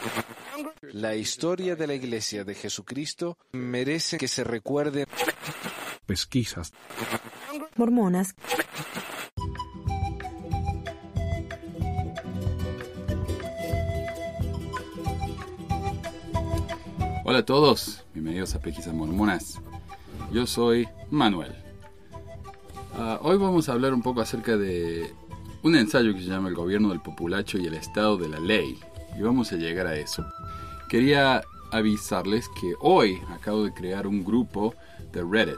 La historia de la Iglesia de Jesucristo merece que se recuerde. Pesquisas mormonas. Hola a todos, bienvenidos a Pesquisas Mormonas. Yo soy Manuel. Hoy vamos a hablar un poco acerca de un ensayo que se llama El gobierno del populacho y el estado de la ley. Y vamos a llegar a eso. Quería avisarles que hoy acabo de crear un grupo de Reddit,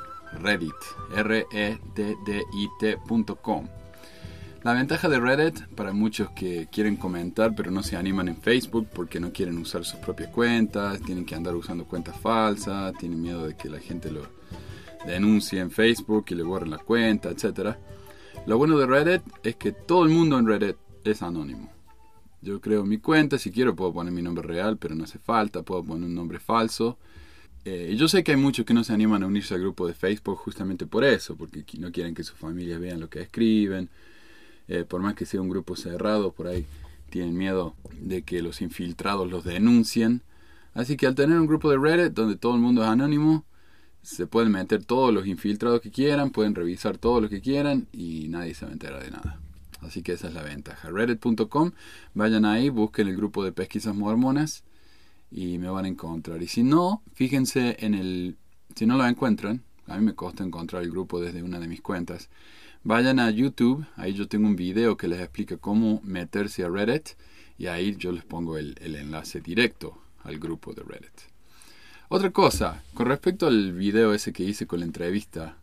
reddit.com. La ventaja de Reddit, para muchos que quieren comentar pero no se animan en Facebook porque no quieren usar sus propias cuentas, tienen que andar usando cuentas falsas, tienen miedo de que la gente lo denuncie en Facebook y le borren la cuenta, etc. Lo bueno de Reddit es que todo el mundo en Reddit es anónimo. Yo creo mi cuenta, si quiero puedo poner mi nombre real, pero no hace falta, puedo poner un nombre falso. Y yo sé que hay muchos que no se animan a unirse al grupo de Facebook justamente por eso, porque no quieren que sus familias vean lo que escriben. Por más que sea un grupo cerrado, por ahí tienen miedo de que los infiltrados los denuncien. Así que al tener un grupo de Reddit donde todo el mundo es anónimo, se pueden meter todos los infiltrados que quieran, pueden revisar todo lo que quieran y nadie se va a enterar de nada. Así que esa es la ventaja. Reddit.com, vayan ahí, busquen el grupo de Pesquisas Mormonas y me van a encontrar. Y si no, fíjense si no lo encuentran, a mí me cuesta encontrar el grupo desde una de mis cuentas. Vayan a YouTube, ahí yo tengo un video que les explica cómo meterse a Reddit y ahí yo les pongo el enlace directo al grupo de Reddit. Otra cosa, con respecto al video ese que hice con la entrevista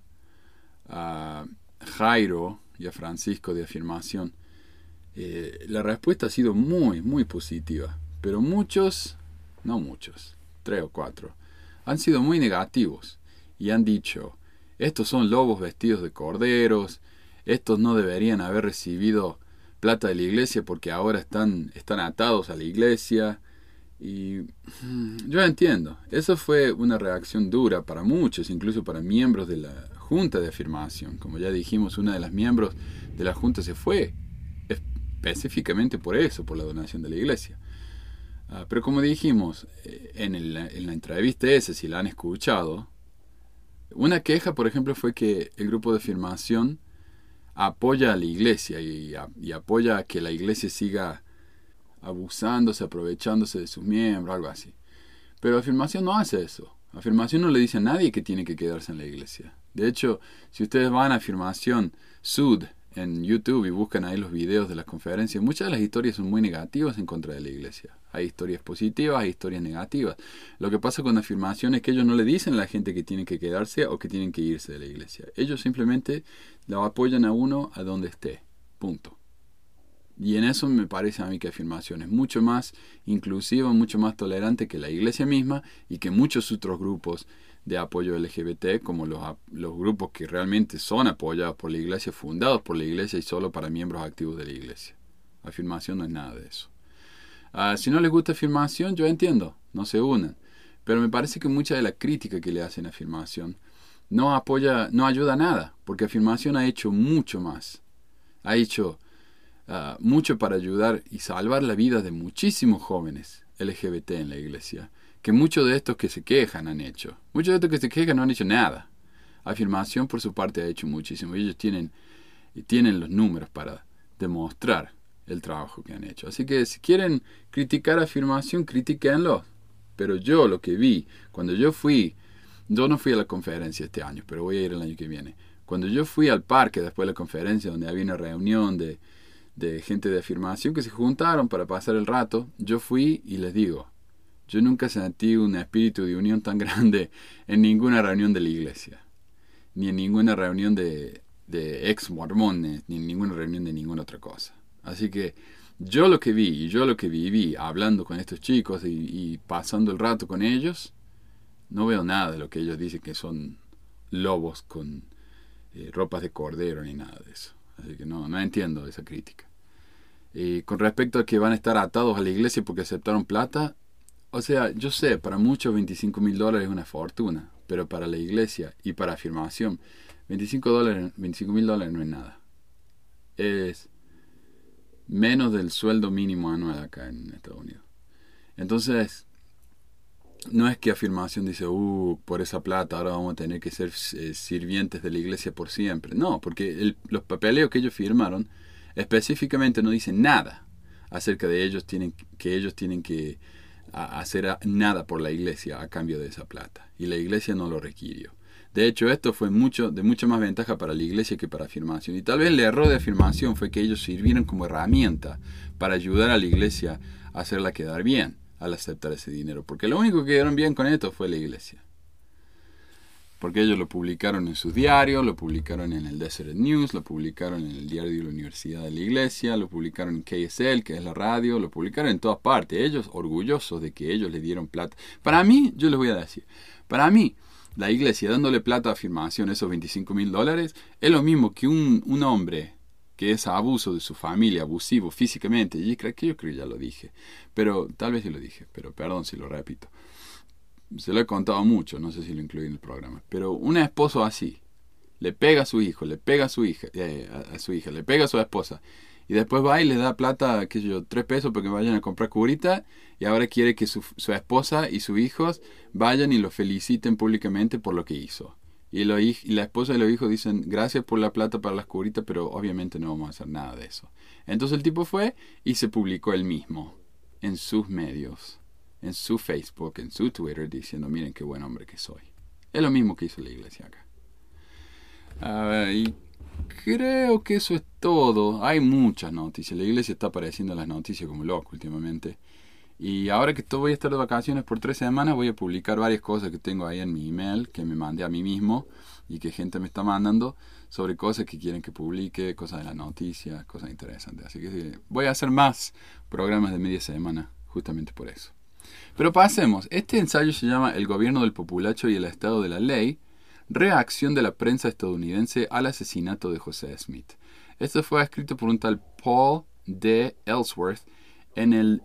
a Jairo y a Francisco de Afirmación, la respuesta ha sido muy, muy positiva, pero muchos, 3 o 4, han sido muy negativos y han dicho, estos son lobos vestidos de corderos, estos no deberían haber recibido plata de la iglesia porque ahora están atados a la iglesia. Y yo entiendo, eso fue una reacción dura para muchos, incluso para miembros de la Junta de Afirmación. Como ya dijimos, una de las miembros de la Junta se fue específicamente por eso, por la donación de la iglesia. Pero como dijimos, en la entrevista esa, si la han escuchado, una queja, por ejemplo, fue que el grupo de Afirmación apoya a la iglesia y apoya a que la iglesia siga abusándose, aprovechándose de sus miembros, algo así. Pero Afirmación no hace eso. Afirmación no le dice a nadie que tiene que quedarse en la iglesia. De hecho, si ustedes van a Afirmación Sud en YouTube y buscan ahí los videos de las conferencias, muchas de las historias son muy negativas en contra de la iglesia. Hay historias positivas, hay historias negativas. Lo que pasa con Afirmación es que ellos no le dicen a la gente que tiene que quedarse o que tienen que irse de la iglesia. Ellos simplemente lo apoyan a uno a donde esté. Punto. Y en eso me parece a mí que Afirmación es mucho más inclusiva, mucho más tolerante que la iglesia misma y que muchos otros grupos de apoyo LGBT, como los grupos que realmente son apoyados por la iglesia, fundados por la iglesia y solo para miembros activos de la iglesia. Afirmación no es nada de eso. Si no les gusta Afirmación, yo entiendo, no se unan. Pero me parece que mucha de la crítica que le hacen a Afirmación no ayuda a nada, porque Afirmación ha hecho mucho más. Ha hecho mucho para ayudar y salvar la vida de muchísimos jóvenes LGBT en la iglesia, que muchos de estos que se quejan han hecho. Muchos de estos que se quejan no han hecho nada. Afirmación por su parte ha hecho muchísimo y ellos tienen los números para demostrar el trabajo que han hecho. Así que si quieren criticar Afirmación, critíquenlo. Pero yo lo que vi, yo no fui a la conferencia este año, pero voy a ir el año que viene. Cuando yo fui al parque después de la conferencia, donde había una reunión de gente de Afirmación que se juntaron para pasar el rato, yo fui y les digo, yo nunca sentí un espíritu de unión tan grande en ninguna reunión de la iglesia, ni en ninguna reunión de ex mormones, ni en ninguna reunión de ninguna otra cosa. Así que yo lo que vi y yo lo que viví hablando con estos chicos y pasando el rato con ellos, no veo nada de lo que ellos dicen que son lobos con ropas de cordero ni nada de eso. Así que no entiendo esa crítica. Con respecto a que van a estar atados a la iglesia porque aceptaron plata, o sea, yo sé, para muchos $25,000 es una fortuna, pero para la iglesia y para Afirmación, $25,000 no es nada. Es menos del sueldo mínimo anual acá en Estados Unidos. Entonces, no es que Afirmación dice, por esa plata ahora vamos a tener que ser sirvientes de la iglesia por siempre. No, porque los papeleos que ellos firmaron específicamente no dicen nada acerca de ellos tienen que hacer nada por la iglesia a cambio de esa plata. Y la iglesia no lo requirió. De hecho, esto fue de mucha más ventaja para la iglesia que para Afirmación. Y tal vez el error de Afirmación fue que ellos sirvieron como herramienta para ayudar a la iglesia a hacerla quedar bien al aceptar ese dinero. Porque lo único que quedaron bien con esto fue la iglesia. Porque ellos lo publicaron en sus diarios, lo publicaron en el Deseret News, lo publicaron en el diario de la Universidad de la Iglesia, lo publicaron en KSL, que es la radio, lo publicaron en todas partes. Ellos orgullosos de que ellos le dieron plata. Para mí, yo les voy a decir, para mí, la iglesia dándole plata a Afirmación, esos $25,000, es lo mismo que un hombre que es abuso de su familia, abusivo físicamente. Y yo creo que ya lo dije, pero tal vez sí lo dije, pero perdón si lo repito. Se lo he contado mucho, no sé si lo incluí en el programa. Pero un esposo así, le pega a su hijo, le pega a su hija, le pega a su esposa, y después va y le da plata, qué sé yo, $3 para que vayan a comprar curita, y ahora quiere que su esposa y sus hijos vayan y lo feliciten públicamente por lo que hizo. Y la esposa y los hijos dicen, gracias por la plata para las curitas, pero obviamente no vamos a hacer nada de eso. Entonces el tipo fue y se publicó él mismo en sus medios, en su Facebook, en su Twitter, diciendo, miren qué buen hombre que soy. Es lo mismo que hizo la iglesia acá. Y creo que eso es todo. Hay muchas noticias. La iglesia está apareciendo en las noticias como loco últimamente. Y ahora que voy a estar de vacaciones por 3 semanas, voy a publicar varias cosas que tengo ahí en mi email, que me mandé a mí mismo y que gente me está mandando sobre cosas que quieren que publique, cosas de las noticias, cosas interesantes. Así que voy a hacer más programas de media semana, justamente por eso. Pero pasemos. Este ensayo se llama El gobierno del populacho y el estado de la ley, reacción de la prensa estadounidense al asesinato de José Smith. Esto fue escrito por un tal Paul D. Ellsworth en el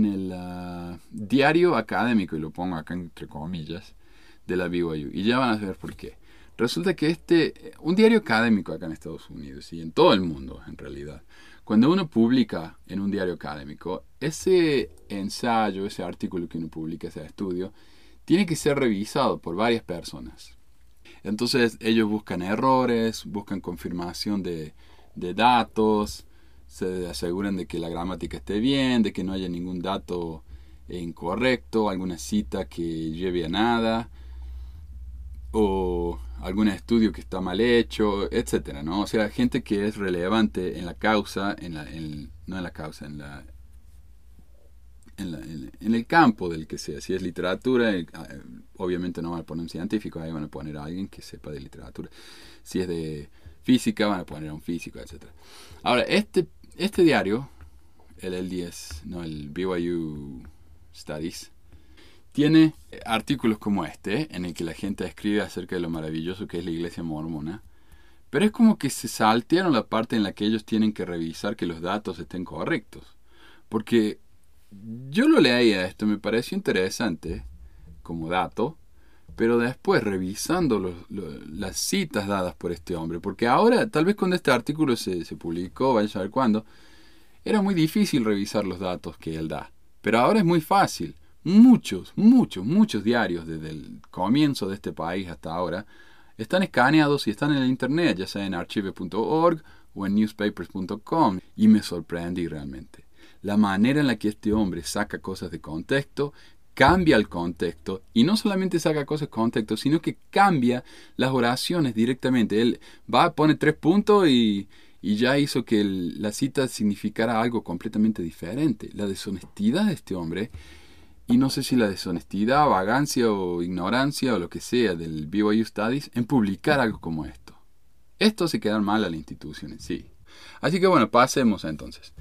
diario académico, y lo pongo acá entre comillas, de la BYU. Y ya van a ver por qué. Resulta que un diario académico acá en Estados Unidos y en todo el mundo en realidad, cuando uno publica en un diario académico, ese ensayo, ese artículo que uno publica, ese estudio, tiene que ser revisado por varias personas. Entonces ellos buscan errores, buscan confirmación de datos, se aseguran de que la gramática esté bien, de que no haya ningún dato incorrecto, alguna cita que lleve a nada, o algún estudio que está mal hecho, etcétera, ¿no? O sea, gente que es relevante en la causa, en el campo del que sea. Si es literatura, obviamente no van a poner un científico, ahí van a poner a alguien que sepa de literatura. Si es de física, van a poner a un físico, etcétera. Ahora, este diario, el BYU Studies, tiene artículos como en el que la gente escribe acerca de lo maravilloso que es la iglesia mormona, pero es como que se saltearon la parte en la que ellos tienen que revisar que los datos estén correctos. Porque yo lo leía esto, me pareció interesante como dato, pero después revisando las citas dadas por este hombre, porque ahora, tal vez cuando este artículo se publicó, vaya a saber cuándo, era muy difícil revisar los datos que él da, pero ahora es muy fácil. Muchos diarios desde el comienzo de este país hasta ahora están escaneados y están en el internet, ya sea en archive.org o en newspapers.com, y me sorprendí realmente. La manera en la que este hombre saca cosas de contexto, cambia el contexto, y no solamente saca cosas de contexto, sino que cambia las oraciones directamente. Él pone 3 puntos y ya hizo que la cita significara algo completamente diferente. La deshonestidad de este hombre, y no sé si la deshonestidad, vagancia o ignorancia o lo que sea del BYU Studies en publicar algo como esto. Esto hace quedar mal a la institución en sí. Así que bueno, pasemos entonces.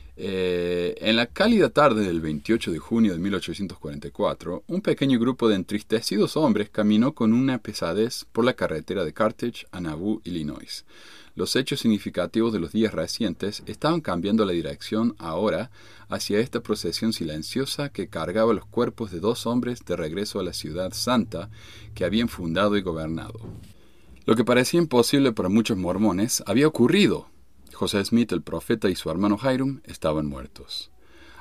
En la cálida tarde del 28 de junio de 1844, un pequeño grupo de entristecidos hombres caminó con una pesadez por la carretera de Carthage a Nauvoo, Illinois. Los hechos significativos de los días recientes estaban cambiando la dirección ahora hacia esta procesión silenciosa que cargaba los cuerpos de 2 hombres de regreso a la ciudad santa que habían fundado y gobernado. Lo que parecía imposible para muchos mormones había ocurrido. José Smith, el profeta, y su hermano Hiram estaban muertos.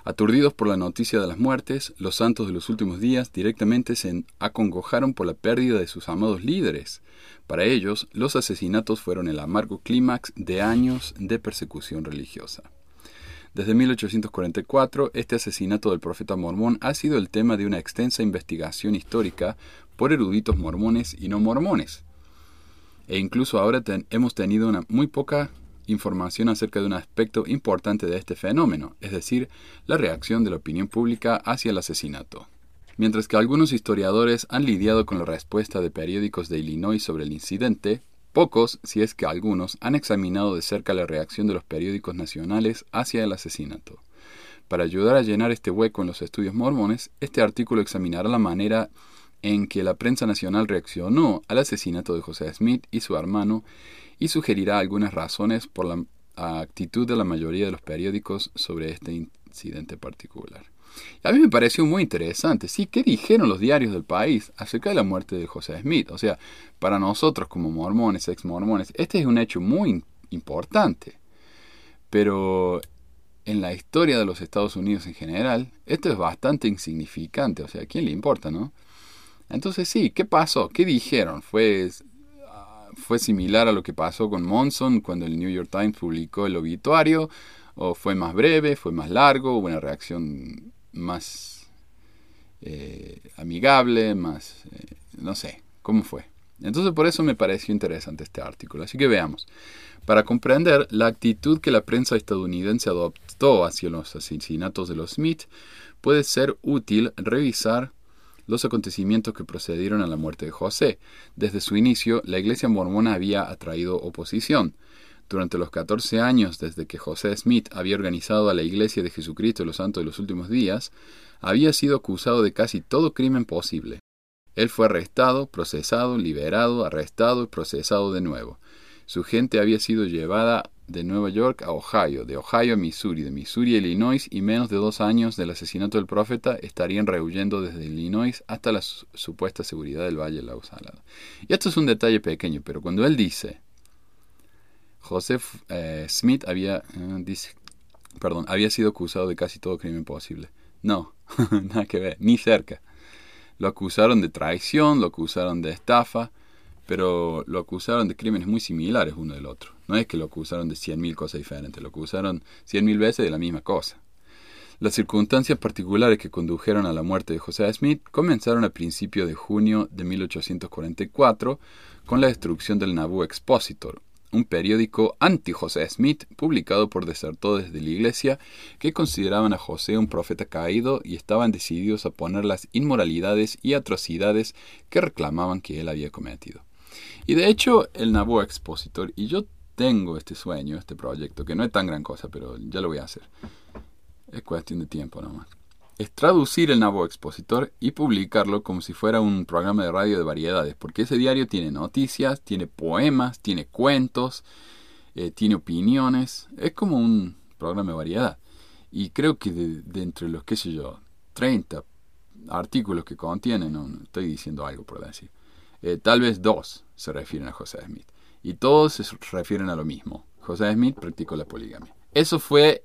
Aturdidos por la noticia de las muertes, los santos de los últimos días directamente se acongojaron por la pérdida de sus amados líderes. Para ellos, los asesinatos fueron el amargo clímax de años de persecución religiosa. Desde 1844, este asesinato del profeta mormón ha sido el tema de una extensa investigación histórica por eruditos mormones y no mormones. E incluso ahora hemos tenido una muy poca información acerca de un aspecto importante de este fenómeno, es decir, la reacción de la opinión pública hacia el asesinato. Mientras que algunos historiadores han lidiado con la respuesta de periódicos de Illinois sobre el incidente, pocos, si es que algunos, han examinado de cerca la reacción de los periódicos nacionales hacia el asesinato. Para ayudar a llenar este hueco en los estudios mormones, este artículo examinará la manera en que la prensa nacional reaccionó al asesinato de José Smith y su hermano y sugerirá algunas razones por la actitud de la mayoría de los periódicos sobre este incidente particular. Y a mí me pareció muy interesante, sí, ¿qué dijeron los diarios del país acerca de la muerte de José Smith? O sea, para nosotros como mormones, ex-mormones, este es un hecho muy importante. Pero en la historia de los Estados Unidos en general, esto es bastante insignificante. O sea, ¿a quién le importa, no? Entonces sí, ¿qué pasó? ¿Qué dijeron? ¿Fue similar a lo que pasó con Monson cuando el New York Times publicó el obituario? ¿O fue más breve? ¿Fue más largo? ¿Hubo una reacción más amigable? Más, no sé, ¿cómo fue? Entonces por eso me pareció interesante este artículo. Así que veamos. Para comprender la actitud que la prensa estadounidense adoptó hacia los asesinatos de los Smith, puede ser útil revisar los acontecimientos que procedieron a la muerte de José. Desde su inicio, la Iglesia mormona había atraído oposición. Durante los 14 años desde que José Smith había organizado a la Iglesia de Jesucristo de los Santos de los Últimos Días, había sido acusado de casi todo crimen posible. Él fue arrestado, procesado, liberado, arrestado y procesado de nuevo. Su gente había sido llevada de Nueva York a Ohio, de Ohio a Missouri, de Missouri a Illinois, y menos de 2 años del asesinato del profeta estarían rehuyendo desde Illinois hasta la supuesta seguridad del Valle del Lago Salado. Y esto es un detalle pequeño, pero cuando él dice José Smith había sido acusado de casi todo crimen posible. No, nada que ver, ni cerca. Lo acusaron de traición, lo acusaron de estafa, pero lo acusaron de crímenes muy similares uno del otro. No es que lo acusaron de 100.000 cosas diferentes, lo acusaron 100.000 veces de la misma cosa. Las circunstancias particulares que condujeron a la muerte de José Smith comenzaron a principios de junio de 1844 con la destrucción del Nauvoo Expositor, un periódico anti-José Smith publicado por desertores de la iglesia que consideraban a José un profeta caído y estaban decididos a poner las inmoralidades y atrocidades que reclamaban que él había cometido. Y de hecho, el Nauvoo Expositor, y yo tengo este sueño, este proyecto, que no es tan gran cosa, pero ya lo voy a hacer. Es cuestión de tiempo nomás. Es traducir el Nauvoo Expositor y publicarlo como si fuera un programa de radio de variedades, porque ese diario tiene noticias, tiene poemas, tiene cuentos, tiene opiniones, es como un programa de variedad. Y creo que de entre los, 30 artículos que contiene, no estoy diciendo algo por decir, tal vez 2 se refieren a José Smith, y todos se refieren a lo mismo. José Smith practicó la poligamia. Eso fue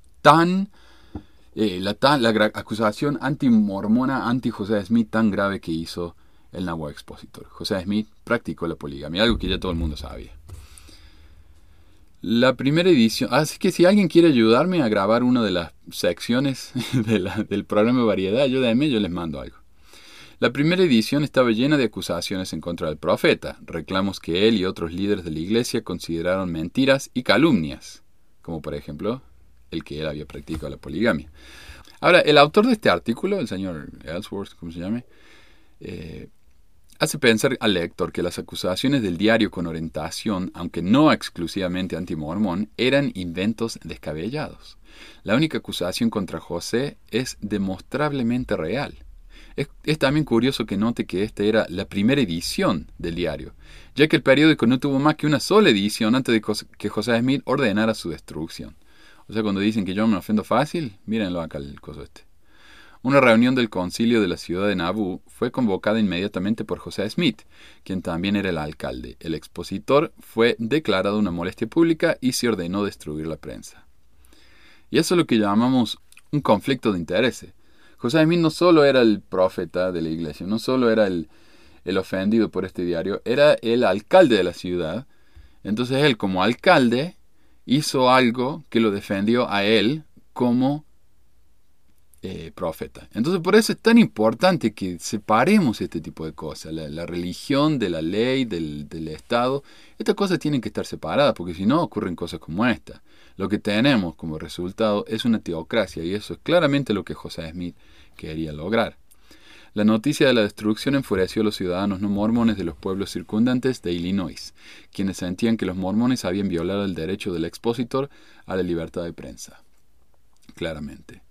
la acusación anti-mormona, anti-José Smith tan grave que hizo el Nauvoo Expositor. José Smith practicó la poligamia, algo que ya todo el mundo sabía. La primera edición, así que si alguien quiere ayudarme a grabar una de las secciones del programa de variedad, ayúdenme, yo les mando algo. La primera edición estaba llena de acusaciones en contra del profeta, reclamos que él y otros líderes de la iglesia consideraron mentiras y calumnias, como por ejemplo el que él había practicado la poligamia. Ahora, el autor de este artículo, el señor Ellsworth, ¿cómo se llama? Hace pensar al lector que las acusaciones del diario con orientación, aunque no exclusivamente antimormón, eran inventos descabellados. La única acusación contra José es demostrablemente real. Es también curioso que note que esta era la primera edición del diario, ya que el periódico no tuvo más que una sola edición antes de que José Smith ordenara su destrucción. O sea, cuando dicen que yo me ofendo fácil, mírenlo acá el coso este. Una reunión del concilio de la ciudad de Nauvoo fue convocada inmediatamente por José Smith, quien también era el alcalde. El expositor fue declarado una molestia pública y se ordenó destruir la prensa. Y eso es lo que llamamos un conflicto de intereses. José Smith no solo era el profeta de la iglesia, no solo era el ofendido por este diario, era el alcalde de la ciudad. Entonces él, como alcalde, hizo algo que lo defendió a él como profeta. Entonces por eso es tan importante que separemos este tipo de cosas, la religión de la ley, del Estado. Estas cosas tienen que estar separadas, porque si no ocurren cosas como esta. Lo que tenemos como resultado es una teocracia, y eso es claramente lo que José Smith quería lograr. La noticia de la destrucción enfureció a los ciudadanos no mormones de los pueblos circundantes de Illinois, quienes sentían que los mormones habían violado el derecho del expositor a la libertad de prensa. Claramente.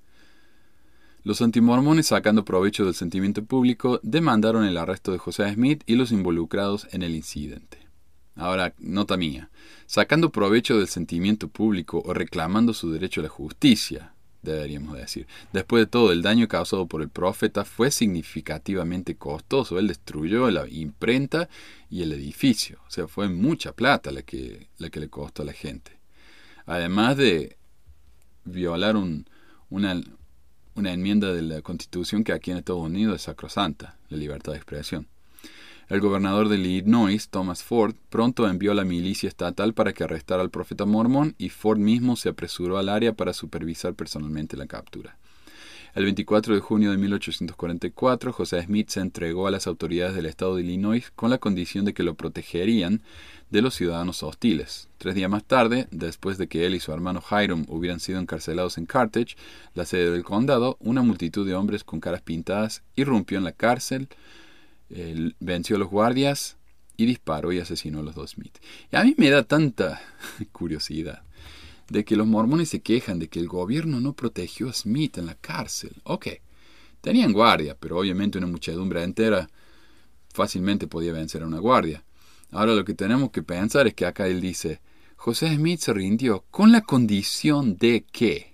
Los antimormones, sacando provecho del sentimiento público, demandaron el arresto de José Smith y los involucrados en el incidente. Ahora, nota mía, sacando provecho del sentimiento público o reclamando su derecho a la justicia, deberíamos decir. Después de todo, el daño causado por el profeta fue significativamente costoso. Él destruyó la imprenta y el edificio. O sea, fue mucha plata la que le costó a la gente. Además de violar una enmienda de la Constitución que aquí en Estados Unidos es sacrosanta, la libertad de expresión. El gobernador de Illinois, Thomas Ford, pronto envió a la milicia estatal para que arrestara al profeta mormón, y Ford mismo se apresuró al área para supervisar personalmente la captura. El 24 de junio de 1844, José Smith se entregó a las autoridades del estado de Illinois con la condición de que lo protegerían de los ciudadanos hostiles. 3 días más tarde, después de que él y su hermano Hiram hubieran sido encarcelados en Carthage, la sede del condado, una multitud de hombres con caras pintadas irrumpió en la cárcel, venció a los guardias y disparó y asesinó a los 2 Smith. Y a mí me da tanta curiosidad de que los mormones se quejan de que el gobierno no protegió a Smith en la cárcel. Ok, tenían guardia, pero obviamente una muchedumbre entera fácilmente podía vencer a una guardia. Ahora lo que tenemos que pensar es que acá él dice, José Smith se rindió con la condición de que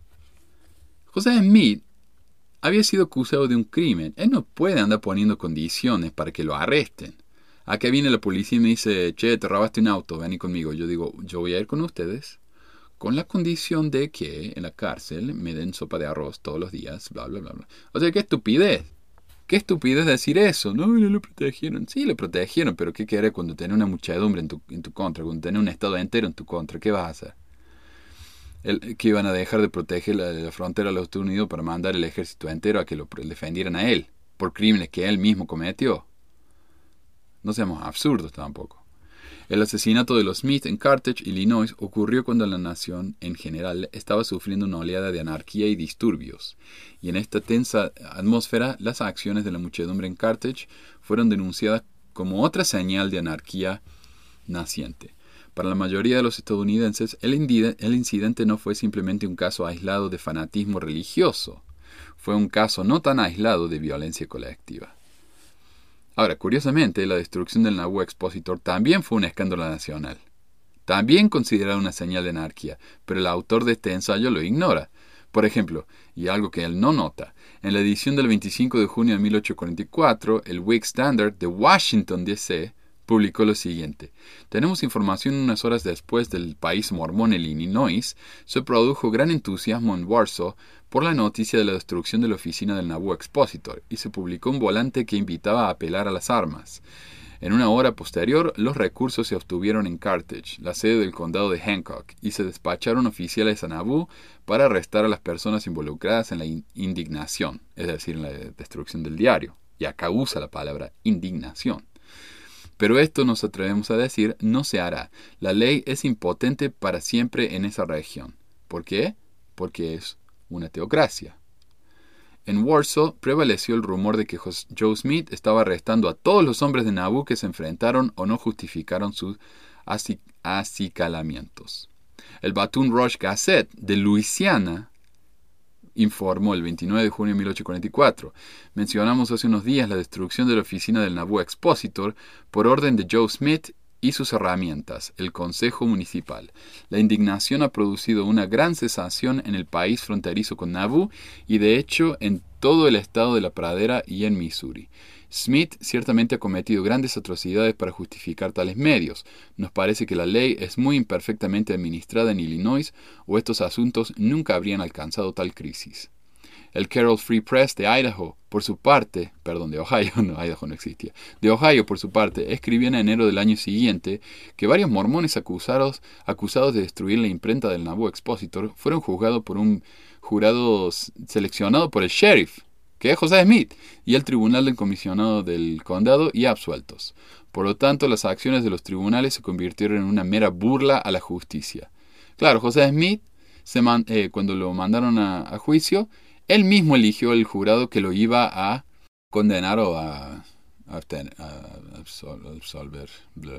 José Smith había sido acusado de un crimen. Él no puede andar poniendo condiciones para que lo arresten. Acá viene la policía y me dice, che, te robaste un auto, vení conmigo. Yo digo, yo voy a ir con ustedes con la condición de que en la cárcel me den sopa de arroz todos los días, bla, bla, bla, bla. O sea, qué estupidez. Qué estupidez decir eso. No lo protegieron. Sí, lo protegieron, pero ¿qué querés cuando tenés una muchedumbre en tu contra? Cuando tenés un estado entero en tu contra, ¿qué vas a hacer? Que iban a dejar de proteger la frontera de los Estados Unidos para mandar el ejército entero a que lo defendieran a él por crímenes que él mismo cometió. No seamos absurdos tampoco. El asesinato de los Smith en Carthage, Illinois, ocurrió cuando la nación en general estaba sufriendo una oleada de anarquía y disturbios, y en esta tensa atmósfera las acciones de la muchedumbre en Carthage fueron denunciadas como otra señal de anarquía naciente. Para la mayoría de los estadounidenses, el incidente no fue simplemente un caso aislado de fanatismo religioso. Fue un caso no tan aislado de violencia colectiva. Ahora, curiosamente, la destrucción del Nauvoo Expositor también fue un escándalo nacional. También considerado una señal de anarquía, pero el autor de este ensayo lo ignora. Por ejemplo, y algo que él no nota, en la edición del 25 de junio de 1844, el Week Standard de Washington, D.C., publicó lo siguiente. Tenemos información unas horas después del país mormón en Illinois, se produjo gran entusiasmo en Warsaw por la noticia de la destrucción de la oficina del Nauvoo Expositor y se publicó un volante que invitaba a apelar a las armas. En una hora posterior, los recursos se obtuvieron en Carthage, la sede del condado de Hancock, y se despacharon oficiales a Nauvoo para arrestar a las personas involucradas en la indignación, es decir, en la destrucción del diario. Y acá usa la palabra indignación. Pero esto, nos atrevemos a decir, no se hará. La ley es impotente para siempre en esa región. ¿Por qué? Porque es una teocracia. En Warsaw prevaleció el rumor de que Joe Smith estaba arrestando a todos los hombres de Nauvoo que se enfrentaron o no justificaron sus acicalamientos. El Baton Rouge Gazette de Luisiana informó el 29 de junio de 1844. Mencionamos hace unos días la destrucción de la oficina del Nauvoo Expositor por orden de Joe Smith y sus herramientas, el Consejo Municipal. La indignación ha producido una gran sensación en el país fronterizo con Nauvoo y de hecho en todo el estado de la Pradera y en Missouri. Smith ciertamente ha cometido grandes atrocidades para justificar tales medios. Nos parece que la ley es muy imperfectamente administrada en Illinois o estos asuntos nunca habrían alcanzado tal crisis. El Carroll Free Press de Idaho, por su parte, de Ohio, no, Idaho no existía, de Ohio, por su parte, escribió en enero del año siguiente que varios mormones acusados de destruir la imprenta del Nauvoo Expositor fueron juzgados por un jurado seleccionado por el sheriff, que es José Smith, y el tribunal del comisionado del condado, y absueltos. Por lo tanto, las acciones de los tribunales se convirtieron en una mera burla a la justicia. Claro, José Smith, cuando lo mandaron a juicio, él mismo eligió el jurado que lo iba a condenar o a absolver.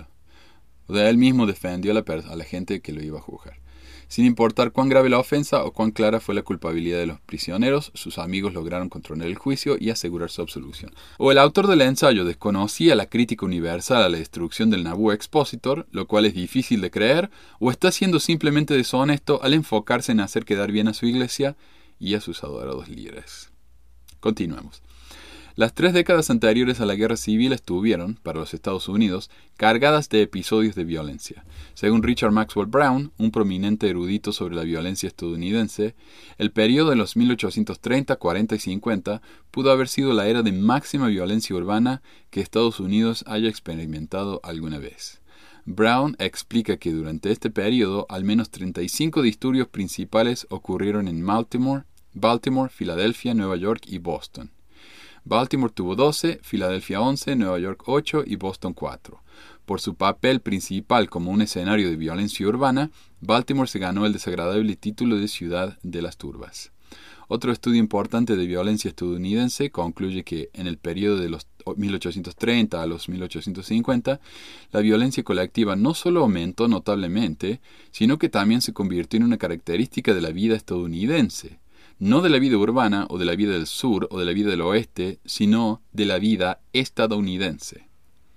O sea, él mismo defendió a la gente que lo iba a juzgar. Sin importar cuán grave la ofensa o cuán clara fue la culpabilidad de los prisioneros, sus amigos lograron controlar el juicio y asegurar su absolución. O el autor del ensayo desconocía la crítica universal a la destrucción del Nauvoo Expositor, lo cual es difícil de creer, o está siendo simplemente deshonesto al enfocarse en hacer quedar bien a su iglesia y a sus adorados líderes. Continuemos. Las 3 décadas anteriores a la guerra civil estuvieron, para los Estados Unidos, cargadas de episodios de violencia. Según Richard Maxwell Brown, un prominente erudito sobre la violencia estadounidense, el periodo de los 1830, 40 y 50 pudo haber sido la era de máxima violencia urbana que Estados Unidos haya experimentado alguna vez. Brown explica que durante este periodo al menos 35 disturbios principales ocurrieron en Baltimore, Filadelfia, Nueva York y Boston. Baltimore tuvo 12, Filadelfia 11, Nueva York 8 y Boston 4. Por su papel principal como un escenario de violencia urbana, Baltimore se ganó el desagradable título de ciudad de las turbas. Otro estudio importante de violencia estadounidense concluye que en el periodo de los 1830 a los 1850, la violencia colectiva no solo aumentó notablemente, sino que también se convirtió en una característica de la vida estadounidense. No de la vida urbana o de la vida del sur o de la vida del oeste, sino de la vida estadounidense.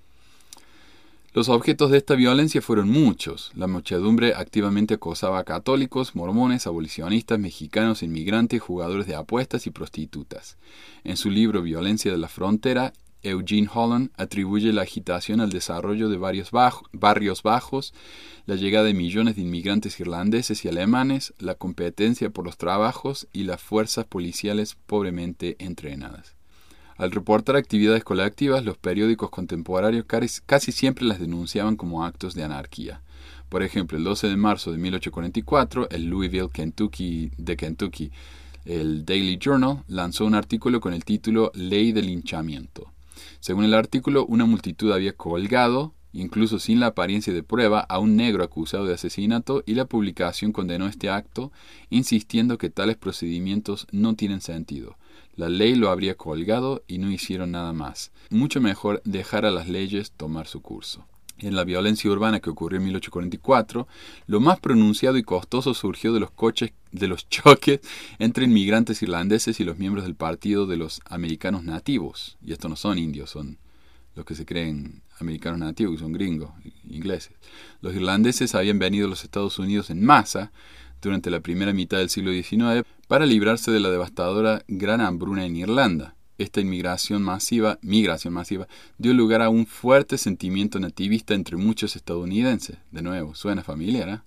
Los objetos de esta violencia fueron muchos. La muchedumbre activamente acosaba a católicos, mormones, abolicionistas, mexicanos, inmigrantes, jugadores de apuestas y prostitutas. En su libro Violencia de la Frontera, Eugene Holland atribuye la agitación al desarrollo de varios barrios bajos, la llegada de millones de inmigrantes irlandeses y alemanes, la competencia por los trabajos y las fuerzas policiales pobremente entrenadas. Al reportar actividades colectivas, los periódicos contemporáneos casi siempre las denunciaban como actos de anarquía. Por ejemplo, el 12 de marzo de 1844, el Louisville, Kentucky, el Daily Journal, lanzó un artículo con el título Ley del linchamiento. Según el artículo, una multitud había colgado, incluso sin la apariencia de prueba, a un negro acusado de asesinato, y la publicación condenó este acto, insistiendo que tales procedimientos no tienen sentido. La ley lo habría colgado y no hicieron nada más. Mucho mejor dejar a las leyes tomar su curso. En la violencia urbana que ocurrió en 1844, lo más pronunciado y costoso surgió de los choques entre inmigrantes irlandeses y los miembros del Partido de los Americanos Nativos. Y estos no son indios, son los que se creen americanos nativos, son gringos, ingleses. Los irlandeses habían venido a los Estados Unidos en masa durante la primera mitad del siglo XIX para librarse de la devastadora gran hambruna en Irlanda. Esta migración masiva dio lugar a un fuerte sentimiento nativista entre muchos estadounidenses. De nuevo, suena familiar,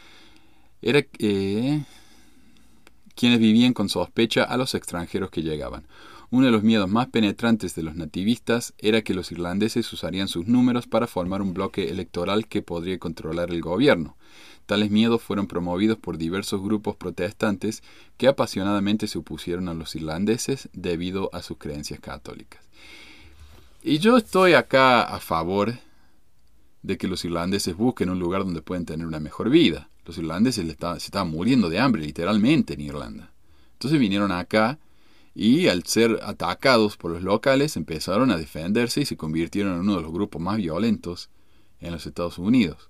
¿eh? Quienes vivían con sospecha a los extranjeros que llegaban. Uno de los miedos más penetrantes de los nativistas era que los irlandeses usarían sus números para formar un bloque electoral que podría controlar el gobierno. Tales miedos fueron promovidos por diversos grupos protestantes que apasionadamente se opusieron a los irlandeses debido a sus creencias católicas. Y yo estoy acá a favor de que los irlandeses busquen un lugar donde pueden tener una mejor vida. Los irlandeses se estaban muriendo de hambre literalmente en Irlanda. Entonces vinieron acá y al ser atacados por los locales empezaron a defenderse y se convirtieron en uno de los grupos más violentos en los Estados Unidos.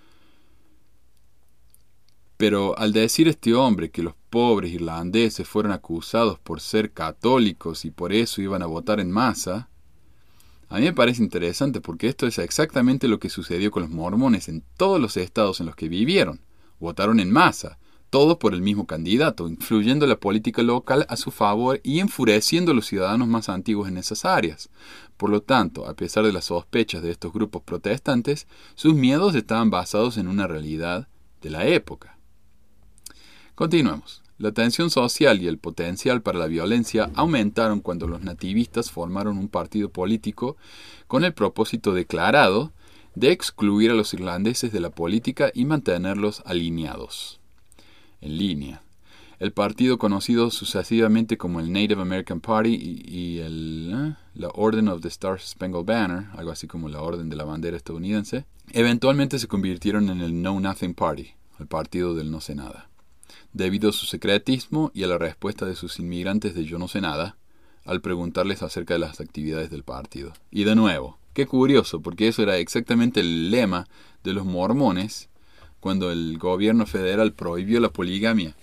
Pero al decir este hombre que los pobres irlandeses fueron acusados por ser católicos y por eso iban a votar en masa, a mí me parece interesante porque esto es exactamente lo que sucedió con los mormones en todos los estados en los que vivieron. Votaron en masa, todos por el mismo candidato, influyendo la política local a su favor y enfureciendo a los ciudadanos más antiguos en esas áreas. Por lo tanto, a pesar de las sospechas de estos grupos protestantes, sus miedos estaban basados en una realidad de la época. Continuemos. La tensión social y el potencial para la violencia aumentaron cuando los nativistas formaron un partido político con el propósito declarado de excluir a los irlandeses de la política y mantenerlos alineados. En línea. El partido conocido sucesivamente como el Native American Party y la Orden of the Star Spangled Banner, algo así como la Orden de la Bandera estadounidense, eventualmente se convirtieron en el Know Nothing Party, el partido del no sé nada, debido a su secretismo y a la respuesta de sus inmigrantes de yo no sé nada al preguntarles acerca de las actividades del partido. Y de nuevo, qué curioso, porque eso era exactamente el lema de los mormones cuando el gobierno federal prohibió la poligamia.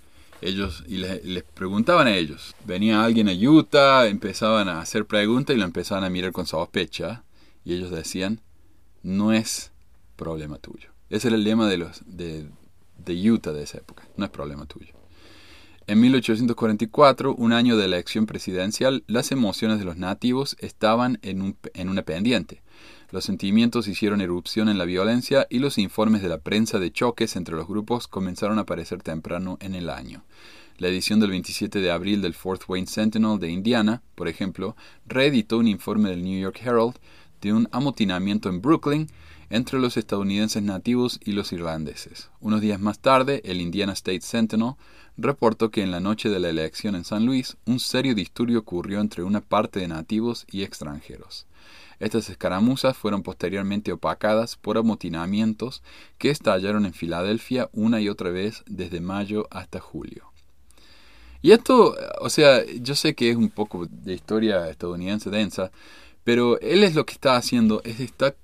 Les preguntaban a ellos. Venía alguien a Utah, empezaban a hacer preguntas y lo empezaban a mirar con sospecha. Y ellos decían, no es problema tuyo. Ese era el lema de Utah de esa época. No es problema tuyo. En 1844, un año de elección presidencial, las emociones de los nativos estaban en una pendiente. Los sentimientos hicieron erupción en la violencia y los informes de la prensa de choques entre los grupos comenzaron a aparecer temprano en el año. La edición del 27 de abril del Fort Wayne Sentinel de Indiana, por ejemplo, reeditó un informe del New York Herald de un amotinamiento en Brooklyn entre los estadounidenses nativos y los irlandeses. Unos días más tarde, el Indiana State Sentinel reportó que en la noche de la elección en San Luis, un serio disturbio ocurrió entre una parte de nativos y extranjeros. Estas escaramuzas fueron posteriormente opacadas por amotinamientos que estallaron en Filadelfia una y otra vez desde mayo hasta julio. Y esto, o sea, yo sé que es un poco de historia estadounidense densa, pero él es lo que está haciendo, está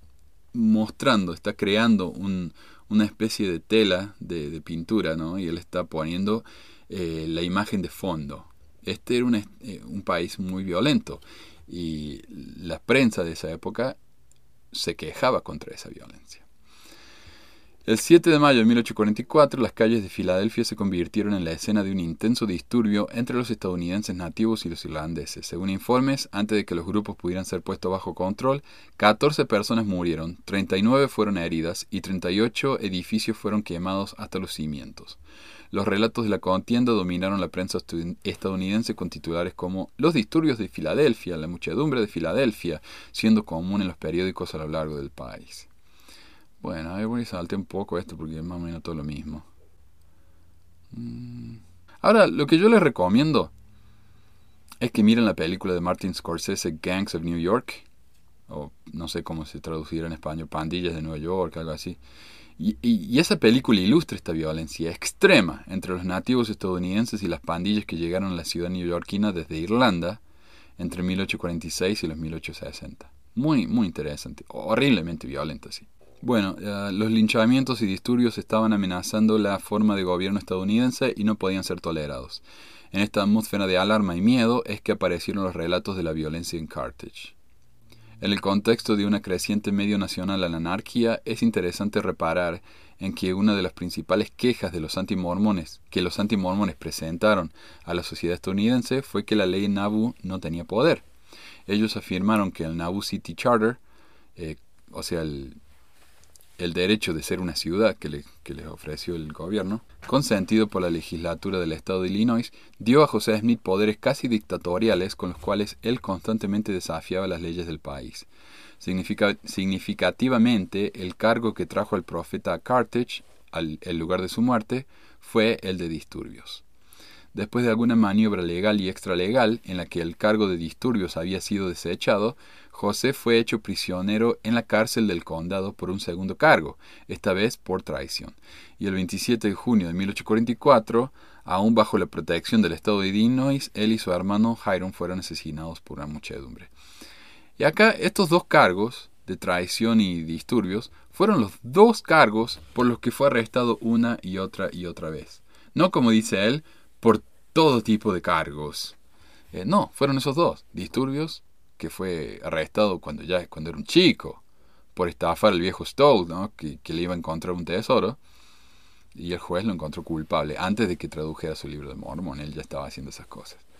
mostrando, está creando una especie de tela de pintura, ¿no? Y él está poniendo la imagen de fondo. Este era un país muy violento. Y la prensa de esa época se quejaba contra esa violencia. El 7 de mayo de 1844, las calles de Filadelfia se convirtieron en la escena de un intenso disturbio entre los estadounidenses nativos y los irlandeses. Según informes, antes de que los grupos pudieran ser puestos bajo control, 14 personas murieron, 39 fueron heridas y 38 edificios fueron quemados hasta los cimientos. Los relatos de la contienda dominaron la prensa estadounidense con titulares como «Los disturbios de Filadelfia, la muchedumbre de Filadelfia», siendo común en los periódicos a lo largo del país. Bueno, a ver, voy a saltar un poco esto porque es más o menos todo lo mismo. Ahora, lo que yo les recomiendo es que miren la película de Martin Scorsese, Gangs of New York, o no sé cómo se traducirá en español, Pandillas de Nueva York, algo así. Y esa película ilustra esta violencia extrema entre los nativos estadounidenses y las pandillas que llegaron a la ciudad neoyorquina desde Irlanda entre 1846 y los 1860. Muy, muy interesante, horriblemente violenta, sí. Bueno, los linchamientos y disturbios estaban amenazando la forma de gobierno estadounidense y no podían ser tolerados. En esta atmósfera de alarma y miedo es que aparecieron los relatos de la violencia en Carthage. En el contexto de una creciente medio nacional a la anarquía, es interesante reparar en que una de las principales quejas de los antimormones que los antimormones presentaron a la sociedad estadounidense fue que la ley Nauvoo no tenía poder. Ellos afirmaron que el Nauvoo City Charter, o sea, el derecho de ser una ciudad que les ofreció el gobierno, consentido por la legislatura del estado de Illinois, dio a José Smith poderes casi dictatoriales con los cuales él constantemente desafiaba las leyes del país. Significativamente, el cargo que trajo el profeta a Carthage, el lugar de su muerte, fue el de disturbios. Después de alguna maniobra legal y extralegal en la que el cargo de disturbios había sido desechado, José fue hecho prisionero en la cárcel del condado por un segundo cargo, esta vez por traición. Y el 27 de junio de 1844, aún bajo la protección del estado de Illinois, él y su hermano Hiram fueron asesinados por una muchedumbre. Y acá estos dos cargos, de traición y disturbios, fueron los dos cargos por los que fue arrestado una y otra vez. No, como dice él, por todo tipo de cargos. No, fueron esos dos. Disturbios, que fue arrestado cuando era un chico, por estafar al viejo Stowe, ¿no? que le iba a encontrar un tesoro, y el juez lo encontró culpable antes de que tradujera su libro de Mormón. Él ya estaba haciendo esas cosas.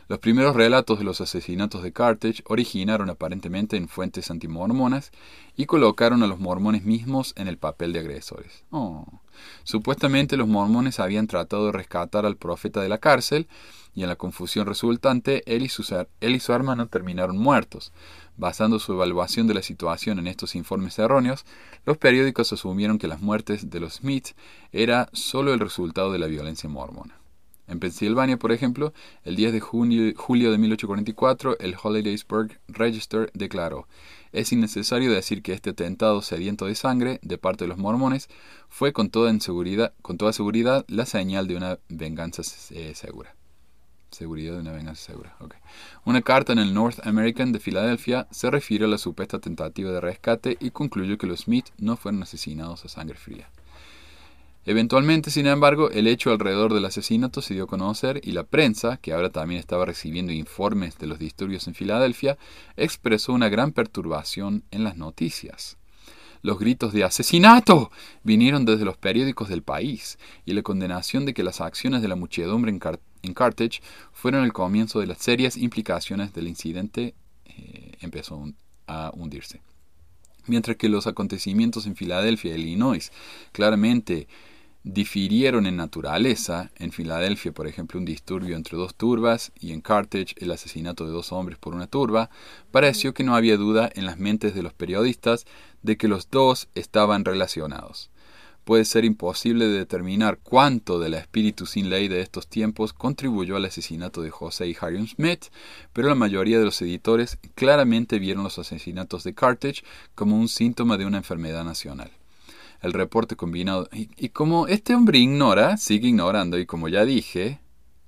Los primeros relatos de los asesinatos de Carthage originaron aparentemente en fuentes antimormonas y colocaron a los mormones mismos en el papel de agresores. Supuestamente los mormones habían tratado de rescatar al profeta de la cárcel y en la confusión resultante él y su hermano terminaron muertos. Basando su evaluación de la situación en estos informes erróneos, los periódicos asumieron que las muertes de los Smith era solo el resultado de la violencia mormona. En Pensilvania, por ejemplo, el 10 de julio de 1844, el Hollidaysburg Register declaró: «Es innecesario decir que este atentado sediento de sangre de parte de los mormones fue con toda seguridad la señal de una venganza segura». Seguridad de una venganza segura. Okay. Una carta en el North American de Filadelfia se refirió a la supuesta tentativa de rescate y concluyó que los Smith no fueron asesinados a sangre fría. Eventualmente, sin embargo, el hecho alrededor del asesinato se dio a conocer y la prensa, que ahora también estaba recibiendo informes de los disturbios en Filadelfia, expresó una gran perturbación en las noticias. Los gritos de ¡asesinato! Vinieron desde los periódicos del país, y la condenación de que las acciones de la muchedumbre en Carthage fueron el comienzo de las serias implicaciones del incidente empezó a hundirse. Mientras que los acontecimientos en Filadelfia y Illinois claramente difirieron en naturaleza, en Filadelfia, por ejemplo, un disturbio entre dos turbas y en Carthage el asesinato de 2 hombres por una turba, pareció que no había duda en las mentes de los periodistas de que los dos estaban relacionados. Puede ser imposible determinar cuánto del espíritu sin ley de estos tiempos contribuyó al asesinato de José y Hiram Smith, pero la mayoría de los editores claramente vieron los asesinatos de Carthage como un síntoma de una enfermedad nacional. El reporte combinado, y como este hombre ignora, sigue ignorando, y como ya dije,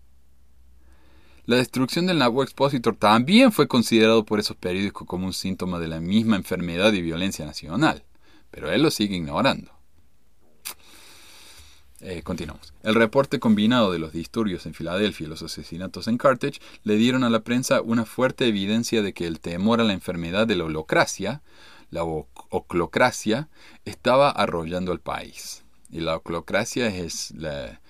la destrucción del Nauvoo Expositor también fue considerado por esos periódicos como un síntoma de la misma enfermedad y violencia nacional, pero él lo sigue ignorando. Continuamos. El reporte combinado de los disturbios en Filadelfia y los asesinatos en Carthage le dieron a la prensa una fuerte evidencia de que el temor a la enfermedad de la holocracia, la oclocracia, estaba arrollando al país. Y la oclocracia es la...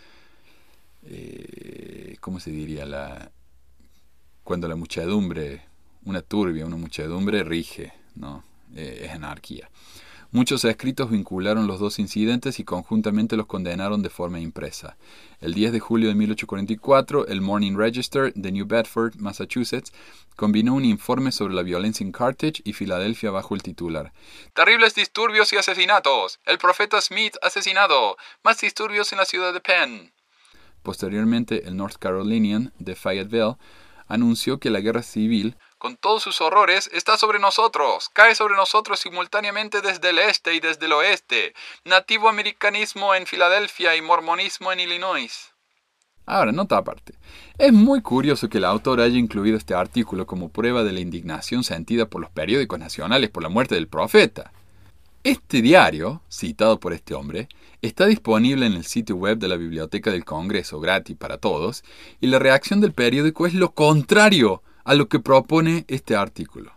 ¿cómo se diría? Cuando la muchedumbre, una muchedumbre rige, ¿no? Es anarquía. Muchos escritos vincularon los dos incidentes y conjuntamente los condenaron de forma impresa. El 10 de julio de 1844, el Morning Register de New Bedford, Massachusetts, combinó un informe sobre la violencia en Carthage y Filadelfia bajo el titular: «Terribles disturbios y asesinatos. El profeta Smith asesinado. Más disturbios en la ciudad de Penn». Posteriormente, el North Carolinian de Fayetteville anunció que la guerra civil, con todos sus horrores, está sobre nosotros. Cae sobre nosotros simultáneamente desde el este y desde el oeste. Nativo americanismo en Filadelfia y mormonismo en Illinois. Ahora, nota aparte. Es muy curioso que el autor haya incluido este artículo como prueba de la indignación sentida por los periódicos nacionales por la muerte del profeta. Este diario, citado por este hombre, está disponible en el sitio web de la Biblioteca del Congreso, gratis para todos, y la reacción del periódico es lo contrario a lo que propone este artículo,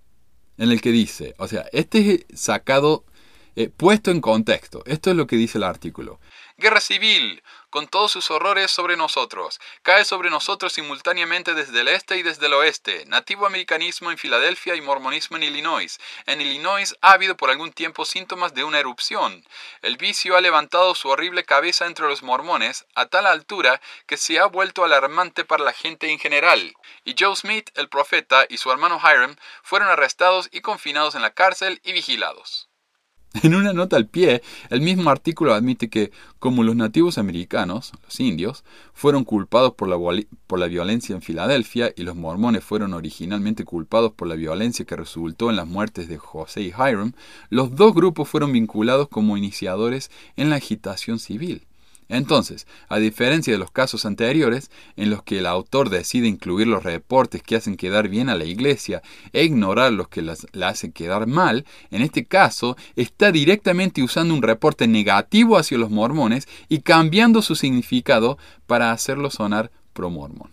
en el que dice, este es sacado, puesto en contexto. Esto es lo que dice el artículo. Guerra civil, con todos sus horrores sobre nosotros, cae sobre nosotros simultáneamente desde el este y desde el oeste. Nativo americanismo en Filadelfia y mormonismo en Illinois. En Illinois ha habido por algún tiempo síntomas de una erupción. El vicio ha levantado su horrible cabeza entre los mormones a tal altura que se ha vuelto alarmante para la gente en general. Y Joe Smith, el profeta, y su hermano Hiram fueron arrestados y confinados en la cárcel y vigilados. En una nota al pie, el mismo artículo admite que, como los nativos americanos, los indios, fueron culpados por la violencia en Filadelfia y los mormones fueron originalmente culpados por la violencia que resultó en las muertes de José y Hiram, los dos grupos fueron vinculados como iniciadores en la agitación civil. Entonces, a diferencia de los casos anteriores, en los que el autor decide incluir los reportes que hacen quedar bien a la iglesia e ignorar los que la hacen quedar mal, en este caso está directamente usando un reporte negativo hacia los mormones y cambiando su significado para hacerlo sonar pro-mormón.